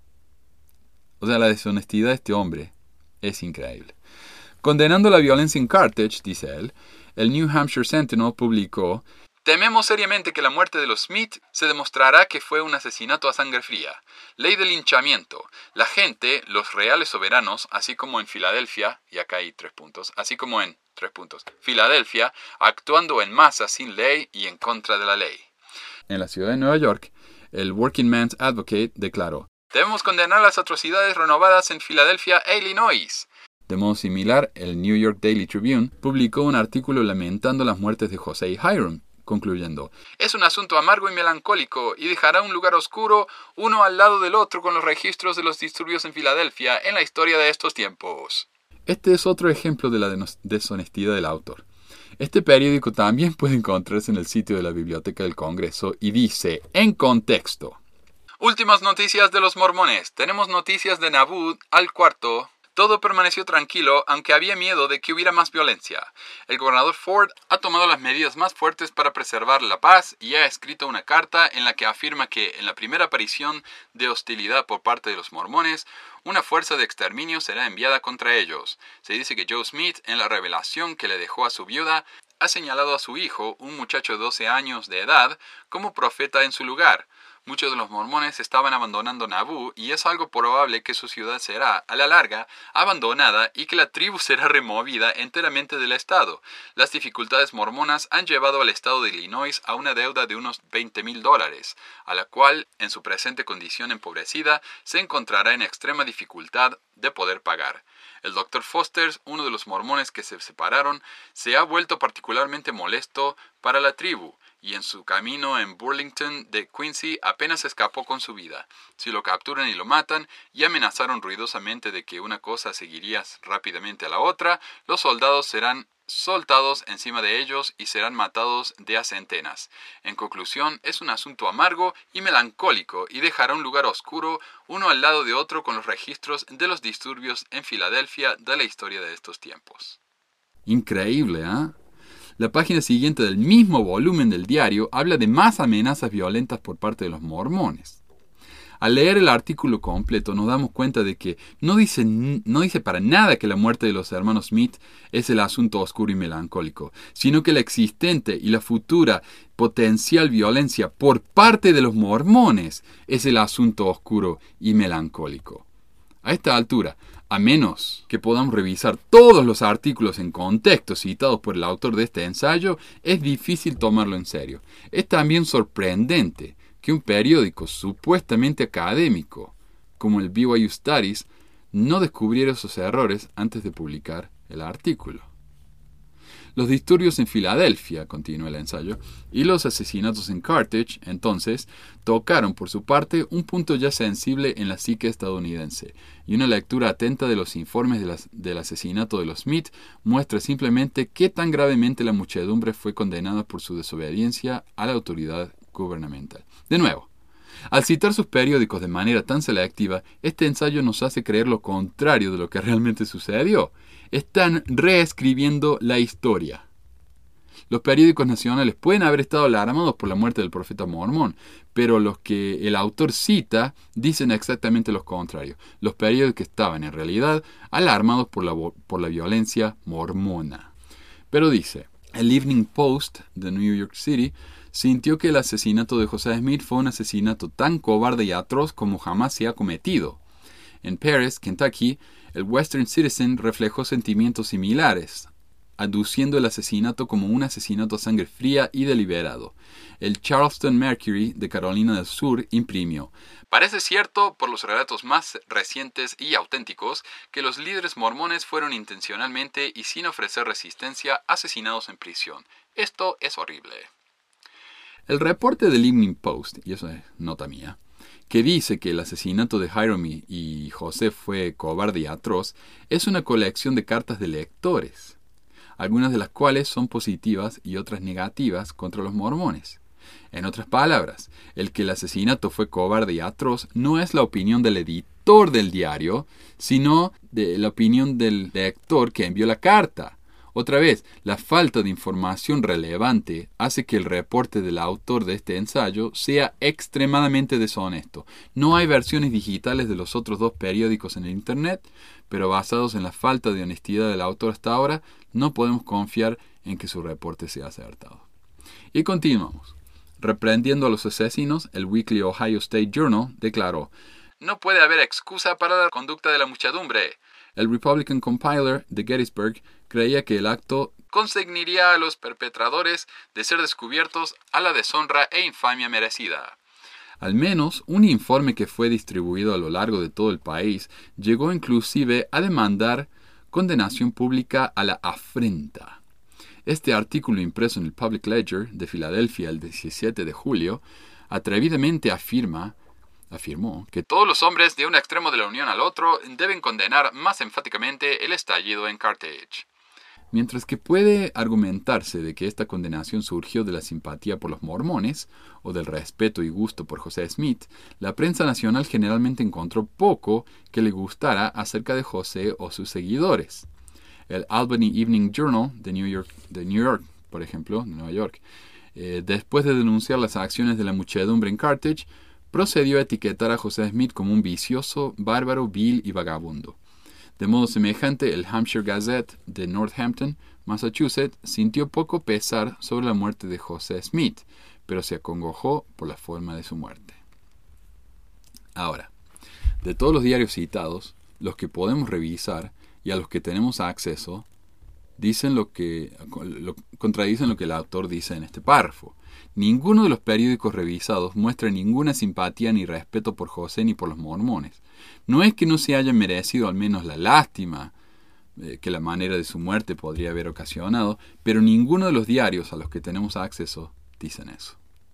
La deshonestidad de este hombre es increíble. Condenando la violencia en Carthage, dice él, el New Hampshire Sentinel publicó: Tememos seriamente que la muerte de los Smith se demostrará que fue un asesinato a sangre fría. Ley del linchamiento. La gente, los reales soberanos, así como en Filadelfia, y acá hay 3 puntos, así como en, 3 puntos, Filadelfia, actuando en masa sin ley y en contra de la ley. En la ciudad de Nueva York, el Working Man's Advocate declaró: debemos condenar las atrocidades renovadas en Filadelfia e Illinois. De modo similar, el New York Daily Tribune publicó un artículo lamentando las muertes de José y Hiram, concluyendo: es un asunto amargo y melancólico y dejará un lugar oscuro uno al lado del otro con los registros de los disturbios en Filadelfia en la historia de estos tiempos. Este es otro ejemplo de la deshonestidad del autor. Este periódico también puede encontrarse en el sitio de la Biblioteca del Congreso y dice, en contexto: últimas noticias de los mormones. Tenemos noticias de Nauvoo al IV. Todo permaneció tranquilo, aunque había miedo de que hubiera más violencia. El gobernador Ford ha tomado las medidas más fuertes para preservar la paz y ha escrito una carta en la que afirma que en la primera aparición de hostilidad por parte de los mormones, una fuerza de exterminio será enviada contra ellos. Se dice que Joe Smith, en la revelación que le dejó a su viuda, ha señalado a su hijo, un muchacho de 12 años de edad, como profeta en su lugar. Muchos de los mormones estaban abandonando Nauvoo y es algo probable que su ciudad será, a la larga, abandonada y que la tribu será removida enteramente del estado. Las dificultades mormonas han llevado al estado de Illinois a una deuda de unos $20,000, a la cual, en su presente condición empobrecida, se encontrará en extrema dificultad de poder pagar. El Dr. Foster, uno de los mormones que se separaron, se ha vuelto particularmente molesto para la tribu, y en su camino en Burlington de Quincy apenas escapó con su vida. Si lo capturan y lo matan, y amenazaron ruidosamente de que una cosa seguiría rápidamente a la otra, los soldados serán soltados encima de ellos y serán matados de a centenas. En conclusión, es un asunto amargo y melancólico y dejará un lugar oscuro uno al lado de otro con los registros de los disturbios en Filadelfia de la historia de estos tiempos. Increíble, ¿eh? La página siguiente del mismo volumen del diario habla de más amenazas violentas por parte de los mormones. Al leer el artículo completo nos damos cuenta de que no dice para nada que la muerte de los hermanos Smith es el asunto oscuro y melancólico, sino que la existente y la futura potencial violencia por parte de los mormones es el asunto oscuro y melancólico. A esta altura, a menos que podamos revisar todos los artículos en contexto citados por el autor de este ensayo, es difícil tomarlo en serio. Es también sorprendente que un periódico supuestamente académico como el BYU Studies no descubriera esos errores antes de publicar el artículo. Los disturbios en Filadelfia, continúa el ensayo, y los asesinatos en Carthage, entonces, tocaron por su parte un punto ya sensible en la psique estadounidense, y una lectura atenta de los informes del asesinato de los Smith muestra simplemente qué tan gravemente la muchedumbre fue condenada por su desobediencia a la autoridad gubernamental. De nuevo, al citar sus periódicos de manera tan selectiva, este ensayo nos hace creer lo contrario de lo que realmente sucedió. Están reescribiendo la historia. Los periódicos nacionales pueden haber estado alarmados por la muerte del profeta mormón, pero los que el autor cita dicen exactamente lo contrario. Los periódicos estaban en realidad alarmados por la violencia mormona. Pero dice, el Evening Post de New York City sintió que el asesinato de José Smith fue un asesinato tan cobarde y atroz como jamás se ha cometido. En Paris, Kentucky, el Western Citizen reflejó sentimientos similares, aduciendo el asesinato como un asesinato a sangre fría y deliberado. El Charleston Mercury de Carolina del Sur imprimió: parece cierto, por los relatos más recientes y auténticos, que los líderes mormones fueron intencionalmente y sin ofrecer resistencia asesinados en prisión. Esto es horrible. El reporte del Evening Post, y eso es nota mía, que dice que el asesinato de Hiram y José fue cobarde y atroz, es una colección de cartas de lectores, algunas de las cuales son positivas y otras negativas contra los mormones. En otras palabras, el que el asesinato fue cobarde y atroz no es la opinión del editor del diario, sino de la opinión del lector que envió la carta. Otra vez, la falta de información relevante hace que el reporte del autor de este ensayo sea extremadamente deshonesto. No hay versiones digitales de los otros 2 periódicos en el Internet, pero basados en la falta de honestidad del autor hasta ahora, no podemos confiar en que su reporte sea acertado. Y continuamos. Reprendiendo a los asesinos, el Weekly Ohio State Journal declaró: "No puede haber excusa para la conducta de la muchedumbre". El Republican Compiler de Gettysburg creía que el acto consignaría a los perpetradores de ser descubiertos a la deshonra e infamia merecida. Al menos un informe que fue distribuido a lo largo de todo el país llegó inclusive a demandar condenación pública a la afrenta. Este artículo impreso en el Public Ledger de Filadelfia el 17 de julio atrevidamente afirmó que todos los hombres de un extremo de la Unión al otro deben condenar más enfáticamente el estallido en Carthage. Mientras que puede argumentarse de que esta condenación surgió de la simpatía por los mormones o del respeto y gusto por José Smith, la prensa nacional generalmente encontró poco que le gustara acerca de José o sus seguidores. El Albany Evening Journal de New York, por ejemplo, de Nueva York, después de denunciar las acciones de la muchedumbre en Carthage, procedió a etiquetar a José Smith como un vicioso, bárbaro, vil y vagabundo. De modo semejante, el Hampshire Gazette de Northampton, Massachusetts, sintió poco pesar sobre la muerte de José Smith, pero se acongojó por la forma de su muerte. Ahora, de todos los diarios citados, los que podemos revisar y a los que tenemos acceso, contradicen lo que el autor dice en este párrafo. Ninguno de los periódicos revisados muestra ninguna simpatía ni respeto por José ni por los mormones. No es que no se haya merecido al menos la lástima que la manera de su muerte podría haber ocasionado, pero ninguno de los diarios a los que tenemos acceso dicen eso.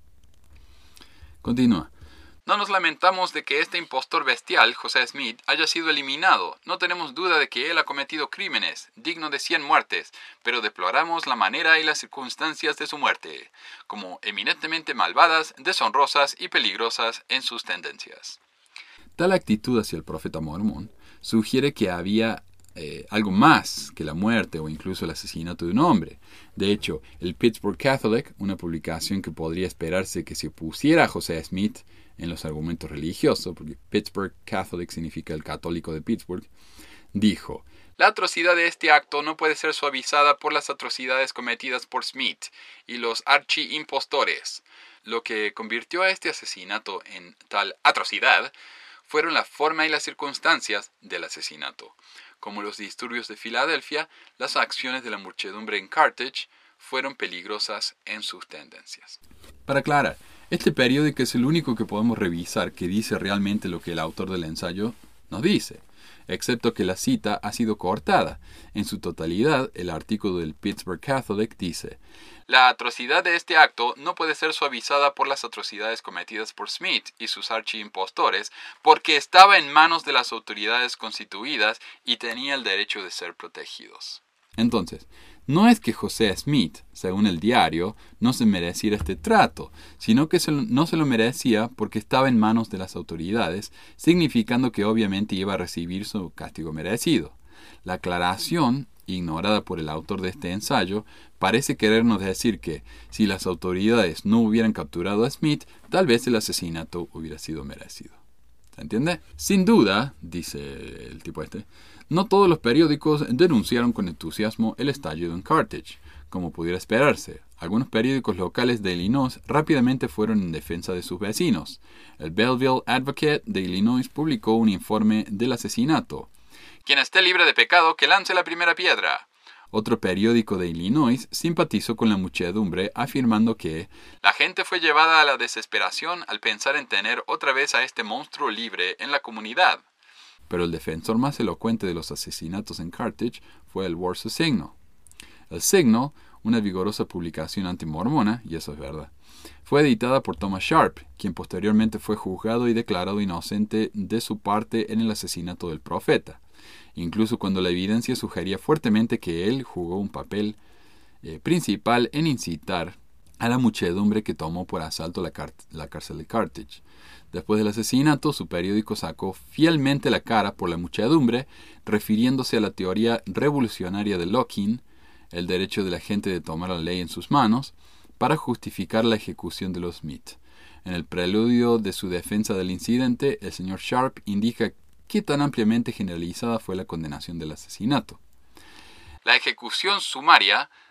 Continúa. No nos lamentamos de que este impostor bestial, José Smith, haya sido eliminado. No tenemos duda de que él ha cometido crímenes, dignos de 100 muertes, pero deploramos la manera y las circunstancias de su muerte, como eminentemente malvadas, deshonrosas y peligrosas en sus tendencias. Tal actitud hacia el profeta mormón sugiere que había algo más que la muerte o incluso el asesinato de un hombre. De hecho, el Pittsburgh Catholic, una publicación que podría esperarse que se opusiera a José Smith en los argumentos religiosos, porque Pittsburgh Catholic significa el católico de Pittsburgh, dijo: "La atrocidad de este acto no puede ser suavizada por las atrocidades cometidas por Smith y los archiimpostores. Lo que convirtió a este asesinato en tal atrocidad fueron la forma y las circunstancias del asesinato. Como los disturbios de Filadelfia, las acciones de la muchedumbre en Carthage fueron peligrosas en sus tendencias". Para aclarar, este periódico es el único que podemos revisar que dice realmente lo que el autor del ensayo nos dice, excepto que la cita ha sido cortada. En su totalidad, el artículo del Pittsburgh Catholic dice: "La atrocidad de este acto no puede ser suavizada por las atrocidades cometidas por Smith y sus archiimpostores, porque estaba en manos de las autoridades constituidas y tenía el derecho de ser protegidos". Entonces, no es que José Smith, según el diario, no se mereciera este trato, sino que no se lo merecía porque estaba en manos de las autoridades, significando que obviamente iba a recibir su castigo merecido. La aclaración, ignorada por el autor de este ensayo, parece querernos decir que, si las autoridades no hubieran capturado a Smith, tal vez el asesinato hubiera sido merecido. ¿Se entiende? Sin duda, dice el tipo no todos los periódicos denunciaron con entusiasmo el estallido en Carthage, como pudiera esperarse. Algunos periódicos locales de Illinois rápidamente fueron en defensa de sus vecinos. El Belleville Advocate de Illinois publicó un informe del asesinato. "Quien esté libre de pecado, que lance la primera piedra". Otro periódico de Illinois simpatizó con la muchedumbre, afirmando que la gente fue llevada a la desesperación al pensar en tener otra vez a este monstruo libre en la comunidad. Pero el defensor más elocuente de los asesinatos en Carthage fue el Warsaw Signal. El Signal, una vigorosa publicación antimormona, y eso es verdad, fue editada por Thomas Sharp, quien posteriormente fue juzgado y declarado inocente de su parte en el asesinato del profeta, incluso cuando la evidencia sugería fuertemente que él jugó un papel principal en incitar a la muchedumbre que tomó por asalto la cárcel de Carthage. Después del asesinato, su periódico sacó fielmente la cara por la muchedumbre, refiriéndose a la teoría revolucionaria de Locke, el derecho de la gente de tomar la ley en sus manos, para justificar la ejecución de los Smith. En el preludio de su defensa del incidente, el señor Sharp indica qué tan ampliamente generalizada fue la condenación del asesinato. La ejecución sumaria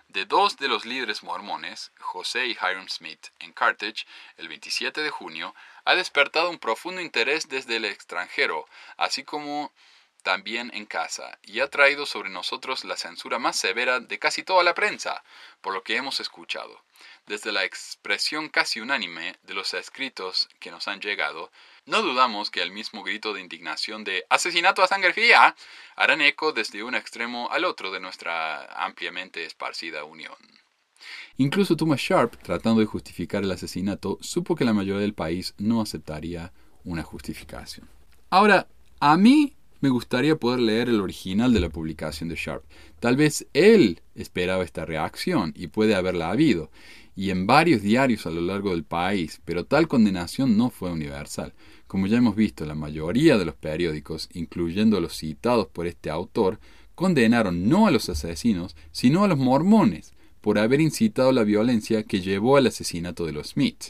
de dos de los líderes mormones, José y Hyrum Smith, en Carthage, el 27 de junio, ha despertado un profundo interés desde el extranjero, así como también en casa, y ha traído sobre nosotros la censura más severa de casi toda la prensa, por lo que hemos escuchado. Desde la expresión casi unánime de los escritos que nos han llegado, no dudamos que el mismo grito de indignación de «asesinato a sangre fría» harán eco desde un extremo al otro de nuestra ampliamente esparcida unión. Incluso Thomas Sharp, tratando de justificar el asesinato, supo que la mayoría del país no aceptaría una justificación. Ahora, a mí me gustaría poder leer el original de la publicación de Sharp. Tal vez él esperaba esta reacción, y puede haberla habido, y en varios diarios a lo largo del país, pero tal condenación no fue universal. Como ya hemos visto, la mayoría de los periódicos, incluyendo los citados por este autor, condenaron no a los asesinos, sino a los mormones, por haber incitado la violencia que llevó al asesinato de los Smith.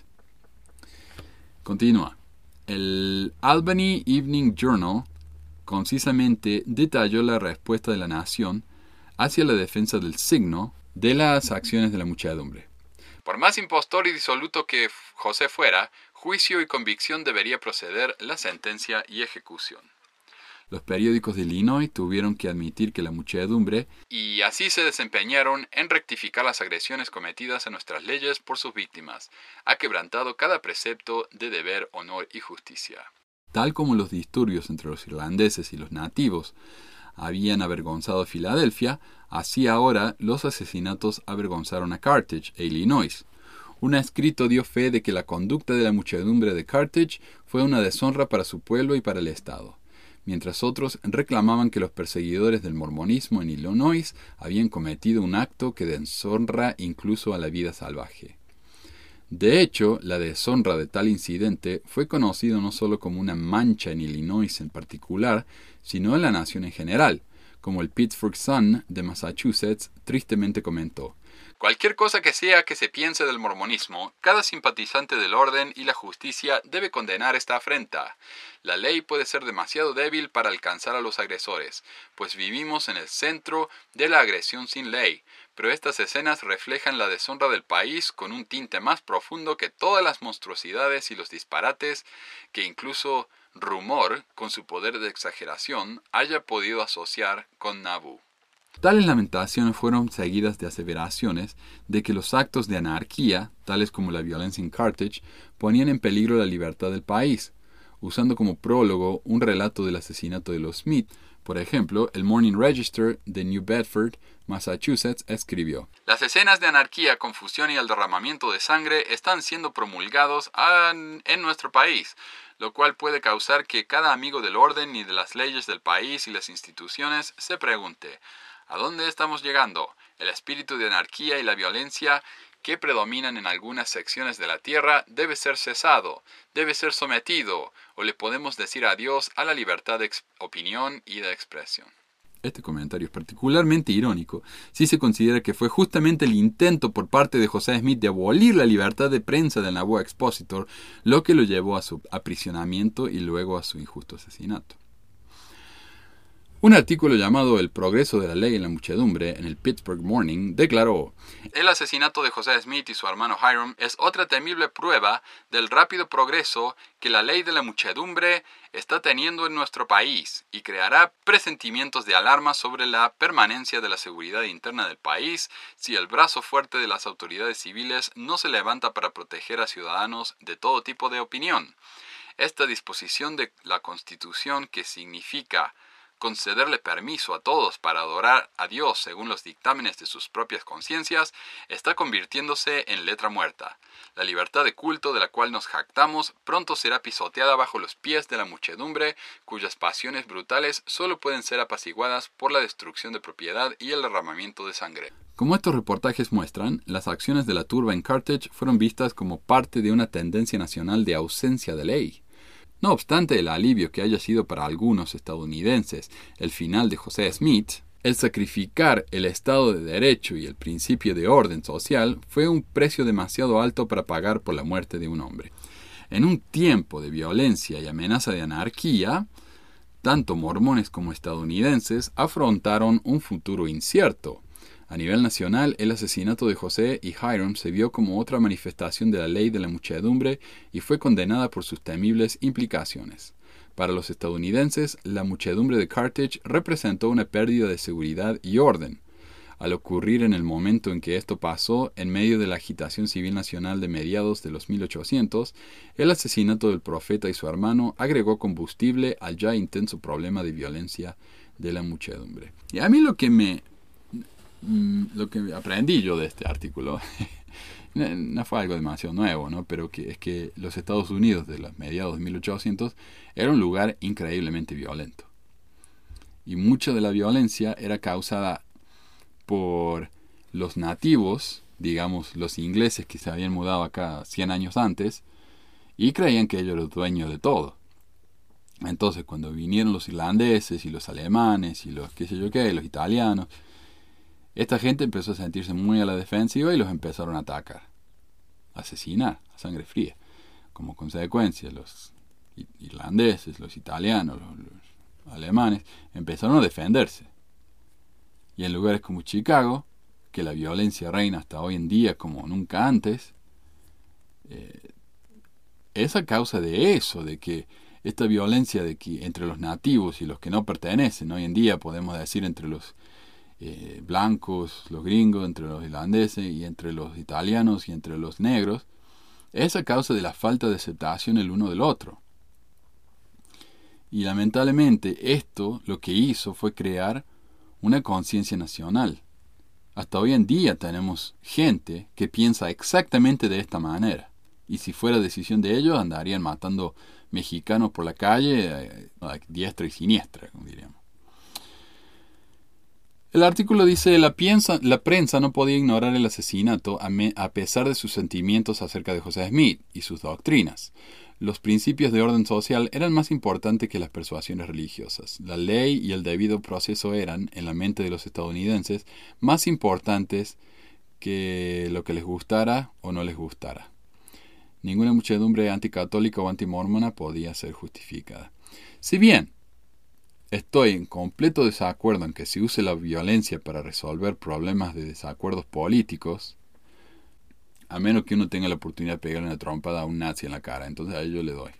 Continúa. El Albany Evening Journal concisamente detalló la respuesta de la nación hacia la defensa del signo de las acciones de la muchedumbre. Por más impostor y disoluto que José fuera, juicio y convicción debería proceder la sentencia y ejecución. Los periódicos de Illinois tuvieron que admitir que la muchedumbre, y así se desempeñaron en rectificar las agresiones cometidas a nuestras leyes por sus víctimas, ha quebrantado cada precepto de deber, honor y justicia. Tal como los disturbios entre los irlandeses y los nativos habían avergonzado a Filadelfia, así ahora los asesinatos avergonzaron a Carthage e Illinois. Un escrito dio fe de que la conducta de la muchedumbre de Carthage fue una deshonra para su pueblo y para el Estado, mientras otros reclamaban que los perseguidores del mormonismo en Illinois habían cometido un acto que deshonra incluso a la vida salvaje. De hecho, la deshonra de tal incidente fue conocido no solo como una mancha en Illinois en particular, sino en la nación en general, como el Pittsburgh Sun de Massachusetts tristemente comentó. Cualquier cosa que sea que se piense del mormonismo, cada simpatizante del orden y la justicia debe condenar esta afrenta. La ley puede ser demasiado débil para alcanzar a los agresores, pues vivimos en el centro de la agresión sin ley, pero estas escenas reflejan la deshonra del país con un tinte más profundo que todas las monstruosidades y los disparates que incluso rumor, con su poder de exageración, haya podido asociar con Nauvoo. Tales lamentaciones fueron seguidas de aseveraciones de que los actos de anarquía, tales como la violencia en Carthage, ponían en peligro la libertad del país. Usando como prólogo un relato del asesinato de los Smith, por ejemplo, el Morning Register de New Bedford, Massachusetts, escribió: «Las escenas de anarquía, confusión y el derramamiento de sangre están siendo promulgados en nuestro país, lo cual puede causar que cada amigo del orden y de las leyes del país y las instituciones se pregunte: ¿a dónde estamos llegando? El espíritu de anarquía y la violencia que predominan en algunas secciones de la tierra debe ser cesado, debe ser sometido, o le podemos decir adiós a la libertad de opinión y de expresión». Este comentario es particularmente irónico si se considera que fue justamente el intento por parte de José Smith de abolir la libertad de prensa del Nauvoo Expositor lo que lo llevó a su aprisionamiento y luego a su injusto asesinato. Un artículo llamado El progreso de la ley en la muchedumbre en el Pittsburgh Morning declaró: «El asesinato de José Smith y su hermano Hyrum es otra temible prueba del rápido progreso que la ley de la muchedumbre está teniendo en nuestro país y creará presentimientos de alarma sobre la permanencia de la seguridad interna del país si el brazo fuerte de las autoridades civiles no se levanta para proteger a ciudadanos de todo tipo de opinión. Esta disposición de la Constitución, que significa concederle permiso a todos para adorar a Dios según los dictámenes de sus propias conciencias, está convirtiéndose en letra muerta. La libertad de culto de la cual nos jactamos pronto será pisoteada bajo los pies de la muchedumbre, cuyas pasiones brutales solo pueden ser apaciguadas por la destrucción de propiedad y el derramamiento de sangre». Como estos reportajes muestran, las acciones de la turba en Carthage fueron vistas como parte de una tendencia nacional de ausencia de ley. No obstante el alivio que haya sido para algunos estadounidenses el final de José Smith, el sacrificar el Estado de Derecho y el principio de orden social fue un precio demasiado alto para pagar por la muerte de un hombre. En un tiempo de violencia y amenaza de anarquía, tanto mormones como estadounidenses afrontaron un futuro incierto. A nivel nacional, el asesinato de José y Hiram se vio como otra manifestación de la ley de la muchedumbre y fue condenada por sus temibles implicaciones. Para los estadounidenses, la muchedumbre de Carthage representó una pérdida de seguridad y orden. Al ocurrir en el momento en que esto pasó, en medio de la agitación civil nacional de mediados de los 1800, el asesinato del profeta y su hermano agregó combustible al ya intenso problema de violencia de la muchedumbre. Y a mí lo que aprendí yo de este artículo no fue algo demasiado nuevo, ¿no? Pero es que los Estados Unidos de los mediados de 1800 era un lugar increíblemente violento. Y mucha de la violencia era causada por los nativos, digamos los ingleses que se habían mudado acá 100 años antes, y creían que ellos eran dueños de todo. Entonces cuando vinieron los irlandeses y los alemanes y los los italianos, esta gente empezó a sentirse muy a la defensiva y los empezaron a atacar, a asesinar a sangre fría. Como consecuencia, los irlandeses, los italianos, los alemanes empezaron a defenderse. Y en lugares como Chicago, que la violencia reina hasta hoy en día como nunca antes, es a causa de eso, de que esta violencia de que entre los nativos y los que no pertenecen, hoy en día podemos decir entre los blancos, los gringos, entre los irlandeses y entre los italianos y entre los negros, es a causa de la falta de aceptación el uno del otro. Y lamentablemente esto lo que hizo fue crear una conciencia nacional. Hasta hoy en día tenemos gente que piensa exactamente de esta manera. Y si fuera decisión de ellos, andarían matando mexicanos por la calle a diestra y siniestra, como diríamos. El artículo dice, la prensa no podía ignorar el asesinato a pesar de sus sentimientos acerca de José Smith y sus doctrinas. Los principios de orden social eran más importantes que las persuasiones religiosas. La ley y el debido proceso eran, en la mente de los estadounidenses, más importantes que lo que les gustara o no les gustara. Ninguna muchedumbre anticatólica o antimormona podía ser justificada. Si bien estoy en completo desacuerdo en que se use la violencia para resolver problemas de desacuerdos políticos, a menos que uno tenga la oportunidad de pegarle una trompada a un nazi en la cara, entonces a ello le doy.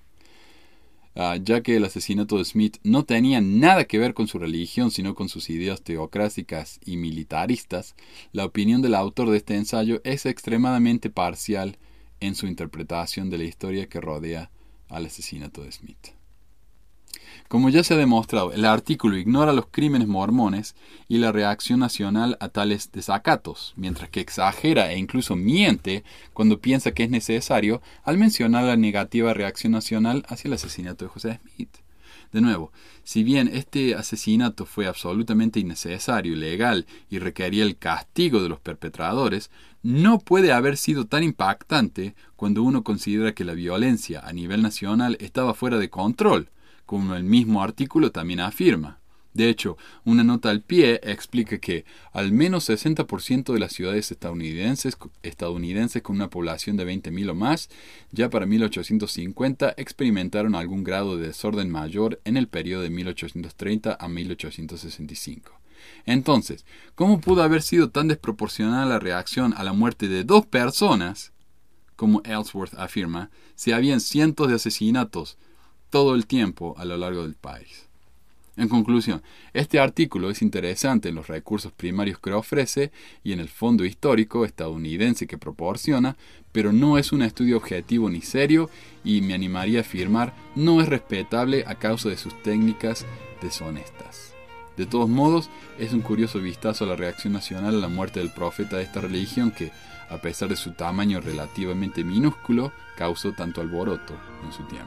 Ya que el asesinato de Smith no tenía nada que ver con su religión, sino con sus ideas teocráticas y militaristas, la opinión del autor de este ensayo es extremadamente parcial en su interpretación de la historia que rodea al asesinato de Smith. Como ya se ha demostrado, el artículo ignora los crímenes mormones y la reacción nacional a tales desacatos, mientras que exagera e incluso miente cuando piensa que es necesario al mencionar la negativa reacción nacional hacia el asesinato de José Smith. De nuevo, si bien este asesinato fue absolutamente innecesario, ilegal y requería el castigo de los perpetradores, no puede haber sido tan impactante cuando uno considera que la violencia a nivel nacional estaba fuera de control, como el mismo artículo también afirma. De hecho, una nota al pie explica que al menos 60% de las ciudades estadounidenses con una población de 20.000 o más, ya para 1850 experimentaron algún grado de desorden mayor en el periodo de 1830 a 1865. Entonces, ¿cómo pudo haber sido tan desproporcionada la reacción a la muerte de 2 personas, como Ellsworth afirma, si habían cientos de asesinatos todo el tiempo a lo largo del país? En conclusión, este artículo es interesante en los recursos primarios que ofrece y en el fondo histórico estadounidense que proporciona, pero no es un estudio objetivo ni serio y me animaría a afirmar no es respetable a causa de sus técnicas deshonestas. De todos modos, es un curioso vistazo a la reacción nacional a la muerte del profeta de esta religión que, a pesar de su tamaño relativamente minúsculo, causó tanto alboroto en su tiempo.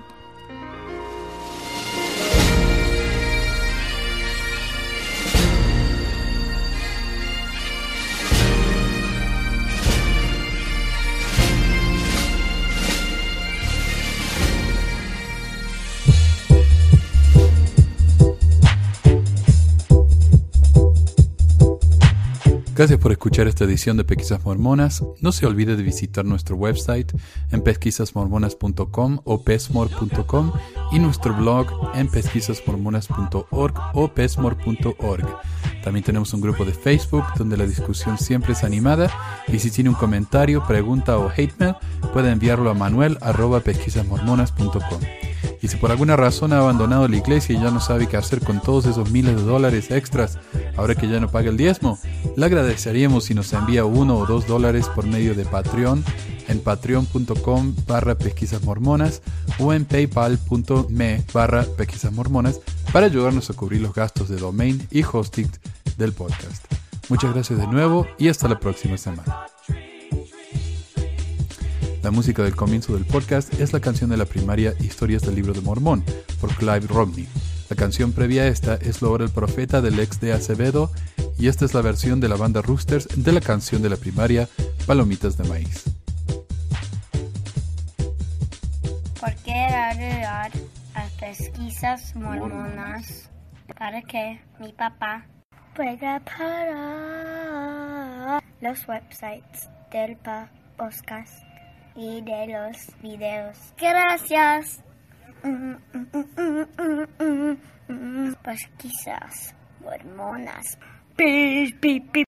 Gracias por escuchar esta edición de Pesquisas Mormonas. No se olvide de visitar nuestro website en pesquisasmormonas.com o pesmor.com y nuestro blog en pesquisasmormonas.org o pesmor.org. También tenemos un grupo de Facebook donde la discusión siempre es animada, y si tiene un comentario, pregunta o hate mail, puede enviarlo a manuel@pesquisasmormonas.com. Y si por alguna razón ha abandonado la iglesia y ya no sabe qué hacer con todos esos miles de dólares extras ahora que ya no paga el diezmo, le agradeceríamos si nos envía $1 o $2 por medio de Patreon en patreon.com/pesquisasmormonas o en paypal.me/pesquisasmormonas para ayudarnos a cubrir los gastos de domain y hosting del podcast. Muchas gracias de nuevo y hasta la próxima semana. La música del comienzo del podcast es la canción de la primaria Historias del Libro de Mormón por Clive Romney. La canción previa a esta es Lo ora el profeta del ex de Acevedo, y esta es la versión de la banda Roosters de la canción de la primaria Palomitas de Maíz. ¿Por qué ayudar a pesquisas mormonas para que mi papá pueda parar los websites del podcast y de los videos? Gracias. Pesquisas mormonas. Pi, pi, pi.